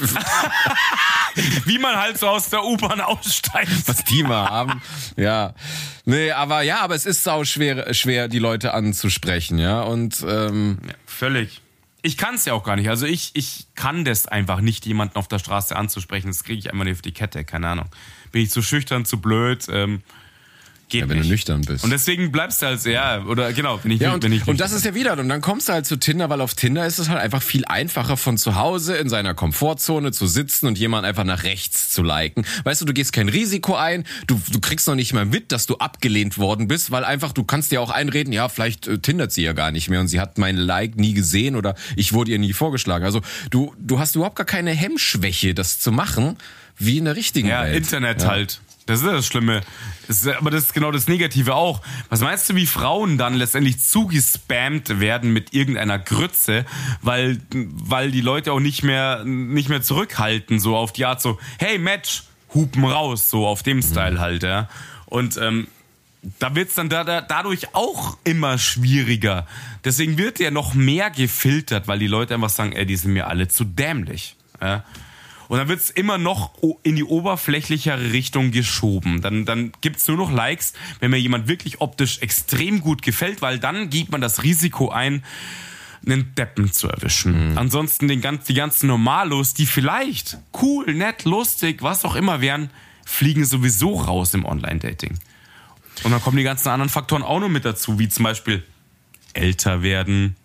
Wie man halt so aus der U-Bahn aussteigt. Was die mal haben. Ja. Nee, aber es ist sau schwer, die Leute anzusprechen, ja. Und ja, völlig. Ich kann es ja auch gar nicht. Also ich kann das einfach nicht, jemanden auf der Straße anzusprechen. Das kriege ich einfach nicht auf die Kette, keine Ahnung. Bin ich zu schüchtern, zu blöd, geht ja, wenn nicht. Du nüchtern bist. Und deswegen bleibst du halt, oder genau, wenn ich und das ist ja wieder, und dann kommst du halt zu Tinder, weil auf Tinder ist es halt einfach viel einfacher, von zu Hause in seiner Komfortzone zu sitzen und jemanden einfach nach rechts zu liken. Weißt du gehst kein Risiko ein, du kriegst noch nicht mal mit, dass du abgelehnt worden bist, weil einfach, du kannst dir auch einreden, ja, vielleicht tindert sie ja gar nicht mehr und sie hat mein Like nie gesehen oder ich wurde ihr nie vorgeschlagen. Also du hast überhaupt gar keine Hemmschwäche, das zu machen, wie in der richtigen Welt. Ja, Internet halt. Das ist das Schlimme. Aber das ist genau das Negative auch. Was meinst du, wie Frauen dann letztendlich zugespammt werden mit irgendeiner Grütze, weil die Leute auch nicht mehr zurückhalten, so auf die Art so, hey Match, hupen raus, so auf dem Style halt, ja. Und da wird's dann dadurch auch immer schwieriger. Deswegen wird ja noch mehr gefiltert, weil die Leute einfach sagen, die sind mir alle zu dämlich, ja. Und dann wird's immer noch in die oberflächlichere Richtung geschoben. Dann gibt's nur noch Likes, wenn mir jemand wirklich optisch extrem gut gefällt, weil dann gibt man das Risiko ein, einen Deppen zu erwischen. Mhm. Ansonsten die ganzen Normalos, die vielleicht cool, nett, lustig, was auch immer wären, fliegen sowieso raus im Online-Dating. Und dann kommen die ganzen anderen Faktoren auch noch mit dazu, wie zum Beispiel älter werden,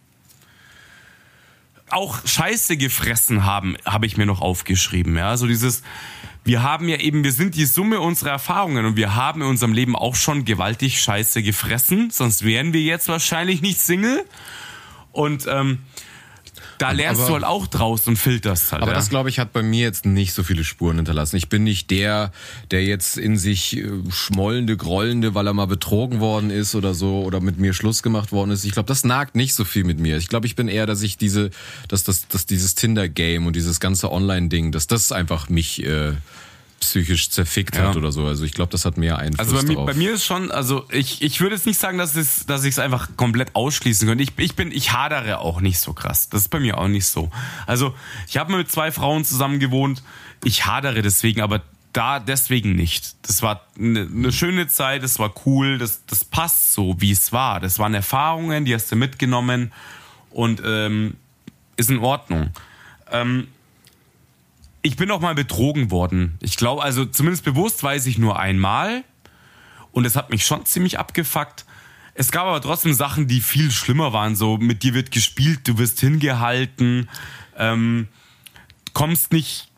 auch Scheiße gefressen habe ich mir noch aufgeschrieben. Ja, so dieses, wir sind die Summe unserer Erfahrungen und wir haben in unserem Leben auch schon gewaltig Scheiße gefressen, sonst wären wir jetzt wahrscheinlich nicht Single. Und da lernst du halt auch draus und filterst halt. Aber ja. Das, glaube ich, hat bei mir jetzt nicht so viele Spuren hinterlassen. Ich bin nicht der jetzt in sich schmollende, grollende, weil er mal betrogen worden ist oder so oder mit mir Schluss gemacht worden ist. Ich glaube, das nagt nicht so viel mit mir. Ich glaube, ich bin eher, dass dieses Tinder-Game und dieses ganze Online-Ding, dass das einfach mich psychisch zerfickt hat oder so. Also ich glaube, das hat mehr Einfluss drauf. Bei mir ist schon, also ich würde jetzt nicht sagen, dass ich es einfach komplett ausschließen könnte. Ich hadere auch nicht so krass. Das ist bei mir auch nicht so. Also ich habe mit 2 Frauen zusammen gewohnt. Ich hadere deswegen, aber deswegen nicht. Das war eine schöne Zeit, das war cool, das passt so, wie es war. Das waren Erfahrungen, die hast du mitgenommen und ist in Ordnung. Ich bin auch mal betrogen worden. Ich glaube, also zumindest bewusst weiß ich nur einmal. Und es hat mich schon ziemlich abgefuckt. Es gab aber trotzdem Sachen, die viel schlimmer waren. So, mit dir wird gespielt, du wirst hingehalten, kommst nicht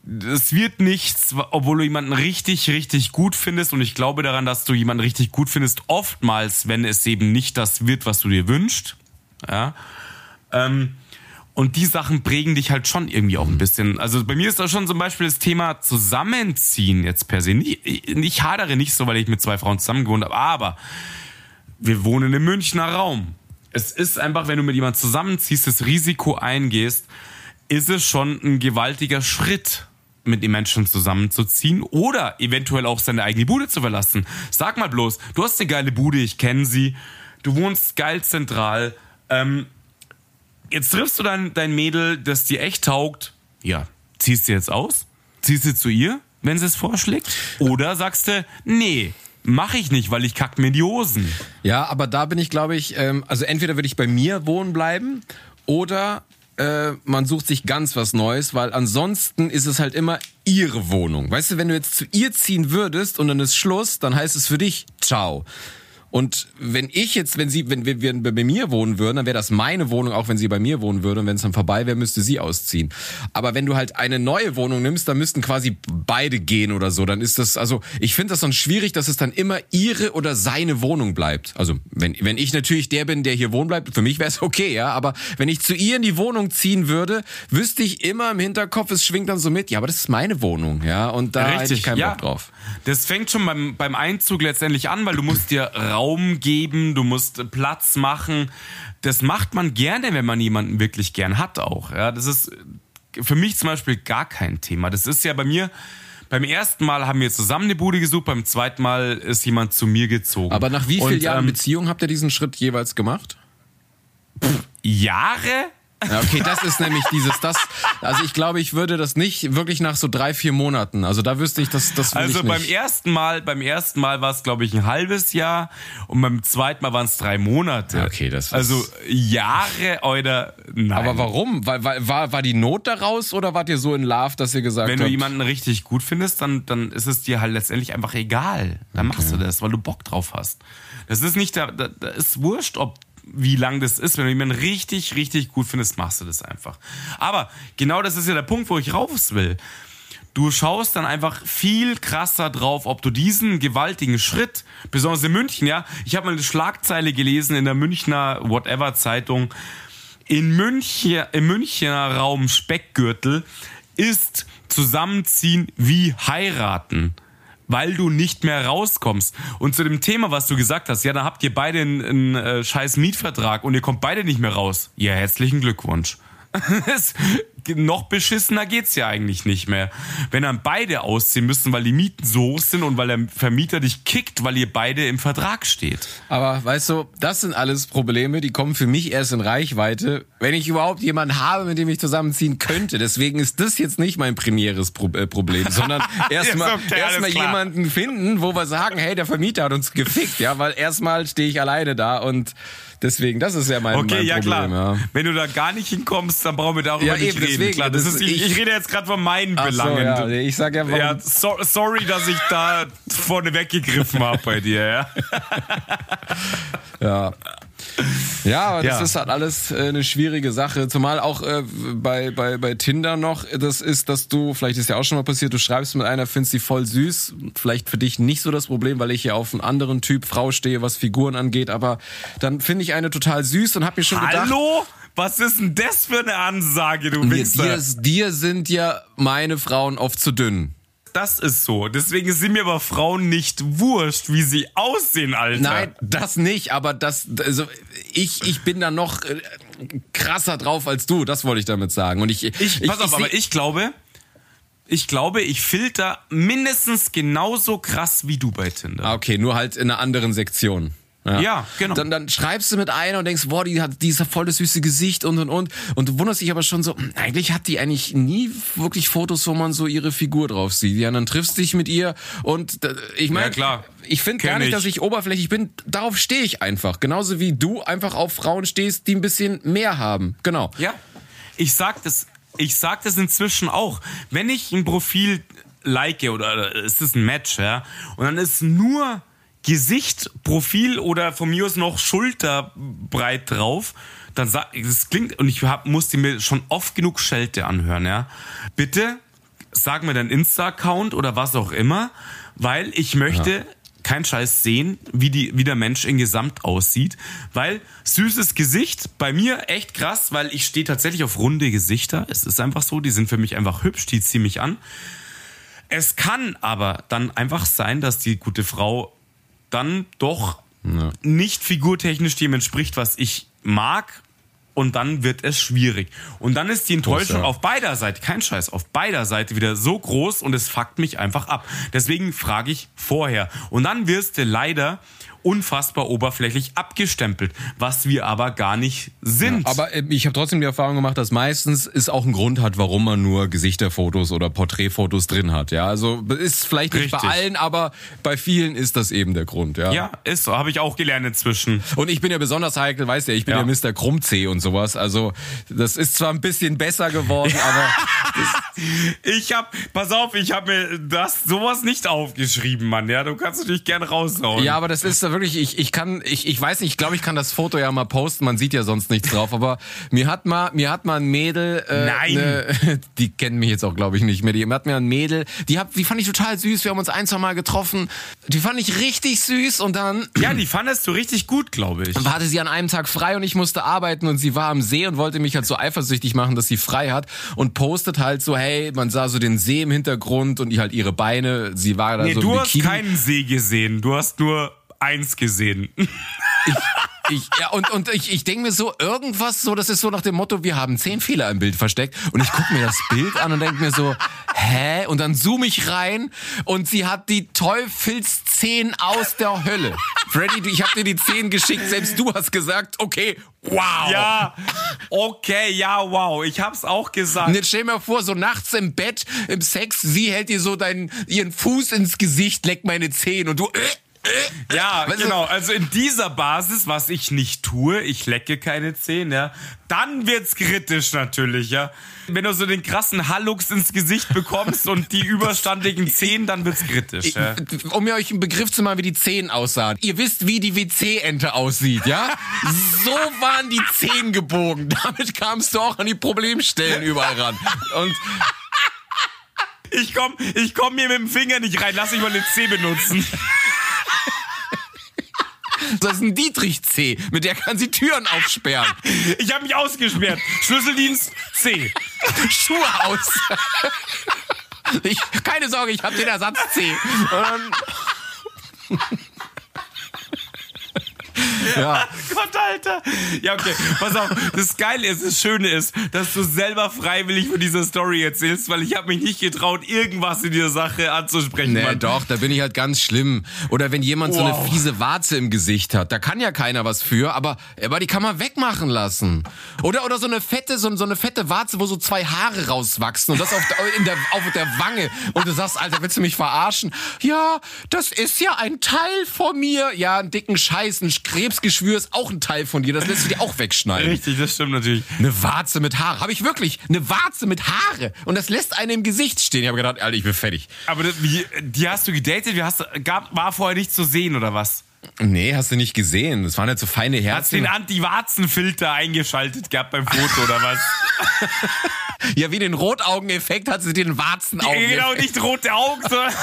es wird nichts, obwohl du jemanden richtig, richtig gut findest. Und ich glaube daran, dass du jemanden richtig gut findest, oftmals, wenn es eben nicht das wird, was du dir wünschst. Ja. Und die Sachen prägen dich halt schon irgendwie auch ein bisschen. Also bei mir ist das schon zum Beispiel das Thema Zusammenziehen jetzt per se. Ich hadere nicht so, weil ich mit 2 Frauen zusammen gewohnt habe, aber wir wohnen im Münchner Raum. Es ist einfach, wenn du mit jemandem zusammenziehst, das Risiko eingehst, ist es schon ein gewaltiger Schritt, mit den Menschen zusammenzuziehen oder eventuell auch seine eigene Bude zu verlassen. Sag mal bloß, du hast eine geile Bude, ich kenne sie, du wohnst geil zentral, jetzt triffst du dein Mädel, das dir echt taugt, ja, ziehst du jetzt aus? Ziehst du zu ihr, wenn sie es vorschlägt? Oder sagst du, nee, mach ich nicht, weil ich kack mir in die Hosen. Ja, aber da bin ich, glaube ich, also entweder würde ich bei mir wohnen bleiben oder man sucht sich ganz was Neues, weil ansonsten ist es halt immer ihre Wohnung. Weißt du, wenn du jetzt zu ihr ziehen würdest und dann ist Schluss, dann heißt es für dich, ciao. Und wenn wir bei mir wohnen würden, dann wäre das meine Wohnung, auch wenn sie bei mir wohnen würde. Und wenn es dann vorbei wäre, müsste sie ausziehen. Aber wenn du halt eine neue Wohnung nimmst, dann müssten quasi beide gehen oder so. Dann ist das, also ich finde das dann schwierig, dass es dann immer ihre oder seine Wohnung bleibt. Also wenn ich natürlich der bin, der hier wohnen bleibt, für mich wäre es okay, ja. Aber wenn ich zu ihr in die Wohnung ziehen würde, wüsste ich immer im Hinterkopf, es schwingt dann so mit, ja, aber das ist meine Wohnung, ja. Und da hätte ich keinen Bock drauf. Das fängt schon beim Einzug letztendlich an, weil du musst dir Raum geben, du musst Platz machen. Das macht man gerne, wenn man jemanden wirklich gern hat auch. Ja, das ist für mich zum Beispiel gar kein Thema. Das ist ja bei mir, beim ersten Mal haben wir zusammen eine Bude gesucht, beim zweiten Mal ist jemand zu mir gezogen. Aber nach wie vielen Jahren Beziehung habt ihr diesen Schritt jeweils gemacht? Jahre? Ja, okay, das ist nämlich also ich glaube, ich würde das nicht wirklich nach so 3-4 Monaten, also da wüsste ich, das will also ich nicht. beim ersten Mal war es, glaube ich, ein halbes Jahr und beim zweiten Mal waren es 3 Monate. Ja, okay, das ist... Also Jahre oder nein. Aber warum? War die Not daraus oder wart ihr so in Love, dass ihr gesagt habt... Wenn du jemanden richtig gut findest, dann ist es dir halt letztendlich einfach egal. Dann machst du das, weil du Bock drauf hast. Das ist nicht, da ist wurscht, wie lang das ist. Wenn du jemanden richtig, richtig gut findest, machst du das einfach. Aber genau das ist ja der Punkt, wo ich raus will. Du schaust dann einfach viel krasser drauf, ob du diesen gewaltigen Schritt, besonders in München, ja, ich habe mal eine Schlagzeile gelesen in der Münchner Whatever-Zeitung, im Münchner Raum Speckgürtel ist Zusammenziehen wie heiraten, weil du nicht mehr rauskommst. Und zu dem Thema, was du gesagt hast, ja, da habt ihr beide einen scheiß Mietvertrag und ihr kommt beide nicht mehr raus. Ja, herzlichen Glückwunsch. Noch beschissener geht's ja eigentlich nicht mehr. Wenn dann beide ausziehen müssen, weil die Mieten so hoch sind und weil der Vermieter dich kickt, weil ihr beide im Vertrag steht. Aber weißt du, das sind alles Probleme, die kommen für mich erst in Reichweite, wenn ich überhaupt jemanden habe, mit dem ich zusammenziehen könnte. Deswegen ist das jetzt nicht mein primäres Problem, sondern erstmal jemanden finden, wo wir sagen, hey, der Vermieter hat uns gefickt, ja, weil erstmal stehe ich alleine da und deswegen, das ist ja mein Problem. Ja, klar. Ja. Wenn du da gar nicht hinkommst, dann brauchen wir darüber nicht reden. Deswegen, klar, ich rede jetzt gerade von meinen Belangen. So, ja. Ich sag ja, warum... sorry, dass ich da vorne weggegriffen habe bei dir. Ja. Ja, aber das ist halt alles eine schwierige Sache. Zumal auch bei Tinder noch das ist, dass du, vielleicht ist ja auch schon mal passiert, du schreibst mit einer, findest sie voll süß. Vielleicht für dich nicht so das Problem, weil ich ja auf einen anderen Typ Frau stehe, was Figuren angeht. Aber dann finde ich eine total süß und hab mir schon gedacht... Hallo? Was ist denn das für eine Ansage, du Wichser? Dir sind ja meine Frauen oft zu dünn. Das ist so. Deswegen sind mir aber Frauen nicht wurscht, wie sie aussehen, Alter. Nein, das nicht, aber also ich bin da noch krasser drauf als du, das wollte ich damit sagen. Und ich glaube, ich filter mindestens genauso krass wie du bei Tinder. Okay, nur halt in einer anderen Sektion. Ja, genau. Dann schreibst du mit einer und denkst, boah, die ist ja voll das süße Gesicht und. Und du wunderst dich aber schon so, eigentlich hat die eigentlich nie wirklich Fotos, wo man so ihre Figur drauf sieht. Ja, dann triffst du dich mit ihr und ich meine, ja, klar. Ich finde gar nicht, dass ich oberflächlich bin. Darauf stehe ich einfach. Genauso wie du einfach auf Frauen stehst, die ein bisschen mehr haben. Genau. Ja, ich sag das inzwischen auch. Wenn ich ein Profil like oder es ist ein Match, ja, und dann ist nur Gesicht, Profil oder von mir aus noch schulterbreit drauf, das klingt, und ich musste mir schon oft genug Schelte anhören, ja. Bitte sag mir deinen Insta-Account oder was auch immer, weil ich möchte kein Scheiß sehen, wie der Mensch in Gesamt aussieht, weil süßes Gesicht, bei mir echt krass, weil ich stehe tatsächlich auf runde Gesichter, es ist einfach so, die sind für mich einfach hübsch, die ziehen mich an. Es kann aber dann einfach sein, dass die gute Frau dann doch nicht figurtechnisch dem entspricht, was ich mag, und dann wird es schwierig. Und dann ist die Enttäuschung auf beider Seiten, kein Scheiß, auf beider Seiten wieder so groß und es fuckt mich einfach ab. Deswegen frage ich vorher. Und dann wirst du leider unfassbar oberflächlich abgestempelt, was wir aber gar nicht sind. Ja, aber ich habe trotzdem die Erfahrung gemacht, dass meistens es auch einen Grund hat, warum man nur Gesichterfotos oder Porträtfotos drin hat. Ja, also ist vielleicht nicht bei allen, aber bei vielen ist das eben der Grund. Ja, ist so, habe ich auch gelernt inzwischen. Und ich bin ja besonders heikel, weißt du, ich bin ja Mr. Krummzeh und sowas. Also das ist zwar ein bisschen besser geworden, aber pass auf, ich habe mir sowas nicht aufgeschrieben, Mann. Ja, du kannst natürlich gern raushauen. Ja, aber das ist wirklich, ich weiß nicht, ich glaube, ich kann das Foto ja mal posten, man sieht ja sonst nichts drauf, aber mir hat mal ein Mädel, die kennt mich jetzt auch, glaube ich, nicht mehr, die hat mir ein Mädel, die fand ich total süß, wir haben uns 1-2 Mal getroffen, die fand ich richtig süß und dann... Ja, die fandest du richtig gut, glaube ich. Dann hatte sie an einem Tag frei und ich musste arbeiten und sie war am See und wollte mich halt so eifersüchtig machen, dass sie frei hat und postet halt so, hey, man sah so den See im Hintergrund und halt ihre Beine, sie war da so im Bikini. Du hast keinen See gesehen, du hast nur eins gesehen. Ich denke mir so, irgendwas so, das ist so nach dem Motto, wir haben 10 Fehler im Bild versteckt und ich gucke mir das Bild an und denke mir so, hä? Und dann zoome ich rein und sie hat die Teufelszehen aus der Hölle. Freddy, ich habe dir die 10 geschickt, selbst du hast gesagt, okay, wow. Ja, okay, ja, wow, ich hab's auch gesagt. Und jetzt stell mir vor, so nachts im Bett, im Sex, sie hält dir so ihren Fuß ins Gesicht, leckt meine Zehen und du... Ja, genau. Also in dieser Basis, was ich nicht tue, ich lecke keine Zehen, ja, dann wird's kritisch natürlich, ja. Wenn du so den krassen Hallux ins Gesicht bekommst und die überstandigen Zehen, dann wird's kritisch, ja. Um mir euch einen Begriff zu machen, wie die Zehen aussahen. Ihr wisst, wie die WC-Ente aussieht, ja? So waren die Zehen gebogen. Damit kamst du auch an die Problemstellen überall ran. Und ich komm hier mit dem Finger nicht rein, lass mich mal eine C benutzen. Das ist ein Dietrich-C, mit der kann sie Türen aufsperren. Ich habe mich ausgesperrt. Schlüsseldienst C. Schuhe aus. Keine Sorge, ich habe den Ersatz C. Ja. Gott, Alter. Ja, okay. Pass auf. Das Geile ist, das Schöne ist, dass du selber freiwillig von dieser Story erzählst, weil ich habe mich nicht getraut, irgendwas in dieser Sache anzusprechen. Nee, doch, da bin ich halt ganz schlimm. Oder wenn jemand so eine fiese Warze im Gesicht hat, da kann ja keiner was für, aber die kann man wegmachen lassen. Oder so eine fette Warze, wo so 2 Haare rauswachsen und das auf der Wange. Und du sagst, Alter, willst du mich verarschen? Ja, das ist ja ein Teil von mir. Ja, einen dicken Scheiß, ein Krebsgeschwür ist auch ein Teil von dir, das lässt du dir auch wegschneiden. Richtig, das stimmt natürlich. Eine Warze mit Haare, habe ich wirklich, eine Warze mit Haare und das lässt einen im Gesicht stehen. Ich habe gedacht, Alter, ich bin fertig. Aber die hast du gedatet, war vorher nicht zu sehen oder was? Nee, hast du nicht gesehen, das waren halt so feine Herzen. Hast du den Anti-Warzen-Filter eingeschaltet gehabt beim Foto oder was? Ja, wie den Rotaugeneffekt hat sie den Warzenaugeneffekt. Genau, nicht rote Augen, sondern...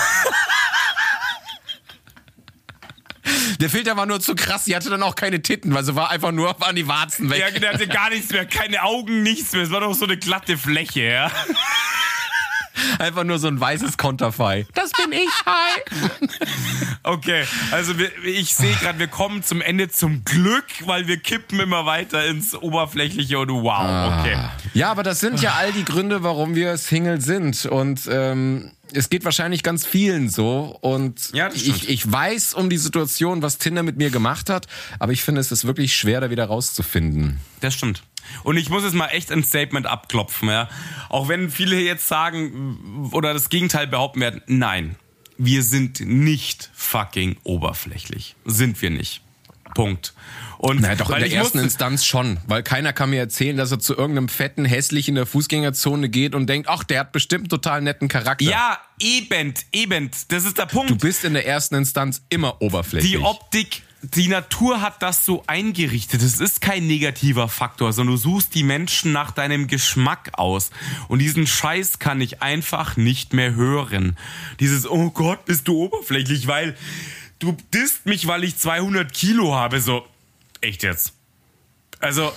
Der Filter war nur zu krass, sie hatte dann auch keine Titten, weil waren die Warzen weg. Ja, der hatte gar nichts mehr, keine Augen, nichts mehr. Es war doch so eine glatte Fläche, ja. Einfach nur so ein weißes Konterfei. Das bin ich, hi. Okay, also ich sehe gerade, wir kommen zum Ende zum Glück, weil wir kippen immer weiter ins Oberflächliche und wow, okay. Ja, aber das sind ja all die Gründe, warum wir Single sind und es geht wahrscheinlich ganz vielen so und ja, ich weiß um die Situation, was Tinder mit mir gemacht hat, aber ich finde, es ist wirklich schwer, da wieder rauszufinden. Das stimmt. Und ich muss jetzt mal echt ein Statement abklopfen, ja. Auch wenn viele jetzt sagen oder das Gegenteil behaupten werden, nein, wir sind nicht fucking oberflächlich. Sind wir nicht. Punkt. Und naja, doch in der ersten Instanz schon, weil keiner kann mir erzählen, dass er zu irgendeinem fetten Hässlich in der Fußgängerzone geht und denkt, ach, der hat bestimmt einen total netten Charakter. Ja, eben, das ist der Punkt. Du bist in der ersten Instanz immer oberflächlich. Die Optik die Natur hat das so eingerichtet. Es ist kein negativer Faktor, sondern du suchst die Menschen nach deinem Geschmack aus. Und diesen Scheiß kann ich einfach nicht mehr hören. Dieses, oh Gott, bist du oberflächlich, weil du disst mich, weil ich 200 Kilo habe. So, echt jetzt? Also,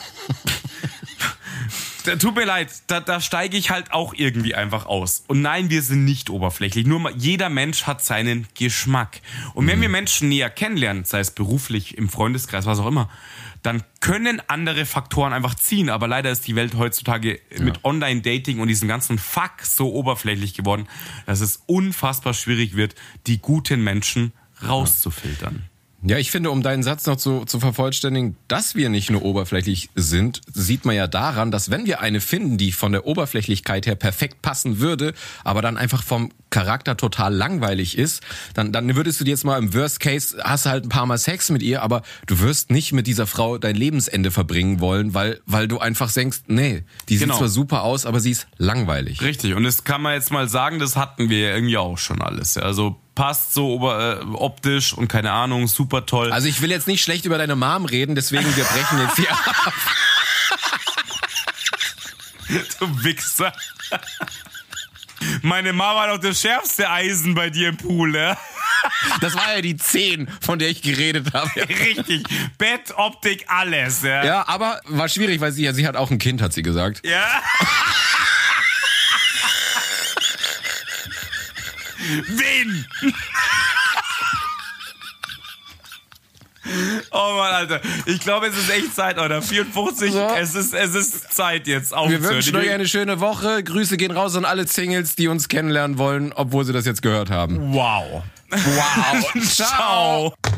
tut mir leid, da steige ich halt auch irgendwie einfach aus. Und nein, wir sind nicht oberflächlich. Nur jeder Mensch hat seinen Geschmack. Und wenn wir Menschen näher kennenlernen, sei es beruflich, im Freundeskreis, was auch immer, dann können andere Faktoren einfach ziehen. Aber leider ist die Welt heutzutage mit Online-Dating und diesem ganzen Fuck so oberflächlich geworden, dass es unfassbar schwierig wird, die guten Menschen rauszufiltern. Ja, ich finde, um deinen Satz noch zu vervollständigen, dass wir nicht nur oberflächlich sind, sieht man ja daran, dass wenn wir eine finden, die von der Oberflächlichkeit her perfekt passen würde, aber dann einfach vom Charakter total langweilig ist, dann würdest du dir jetzt mal im Worst Case, hast du halt ein paar Mal Sex mit ihr, aber du wirst nicht mit dieser Frau dein Lebensende verbringen wollen, weil du einfach denkst, nee, die sieht zwar super aus, aber sie ist langweilig. Richtig, und das kann man jetzt mal sagen, das hatten wir ja irgendwie auch schon alles. Also passt so optisch und keine Ahnung, super toll. Also ich will jetzt nicht schlecht über deine Mom reden, deswegen wir brechen jetzt hier ab. Du Wichser. Meine Mama war doch das schärfste Eisen bei dir im Pool, ne? Das war ja die 10, von der ich geredet habe. Richtig. Bett, Optik, alles. Ja, ja, aber war schwierig, weil sie hat auch ein Kind, hat sie gesagt. Ja. Wen? Oh Mann, Alter. Ich glaube, es ist echt Zeit, oder? 54. So. Es ist Zeit jetzt aufzuhören. Wir wünschen euch eine schöne Woche. Grüße gehen raus an alle Singles, die uns kennenlernen wollen, obwohl sie das jetzt gehört haben. Wow. Wow. Ciao.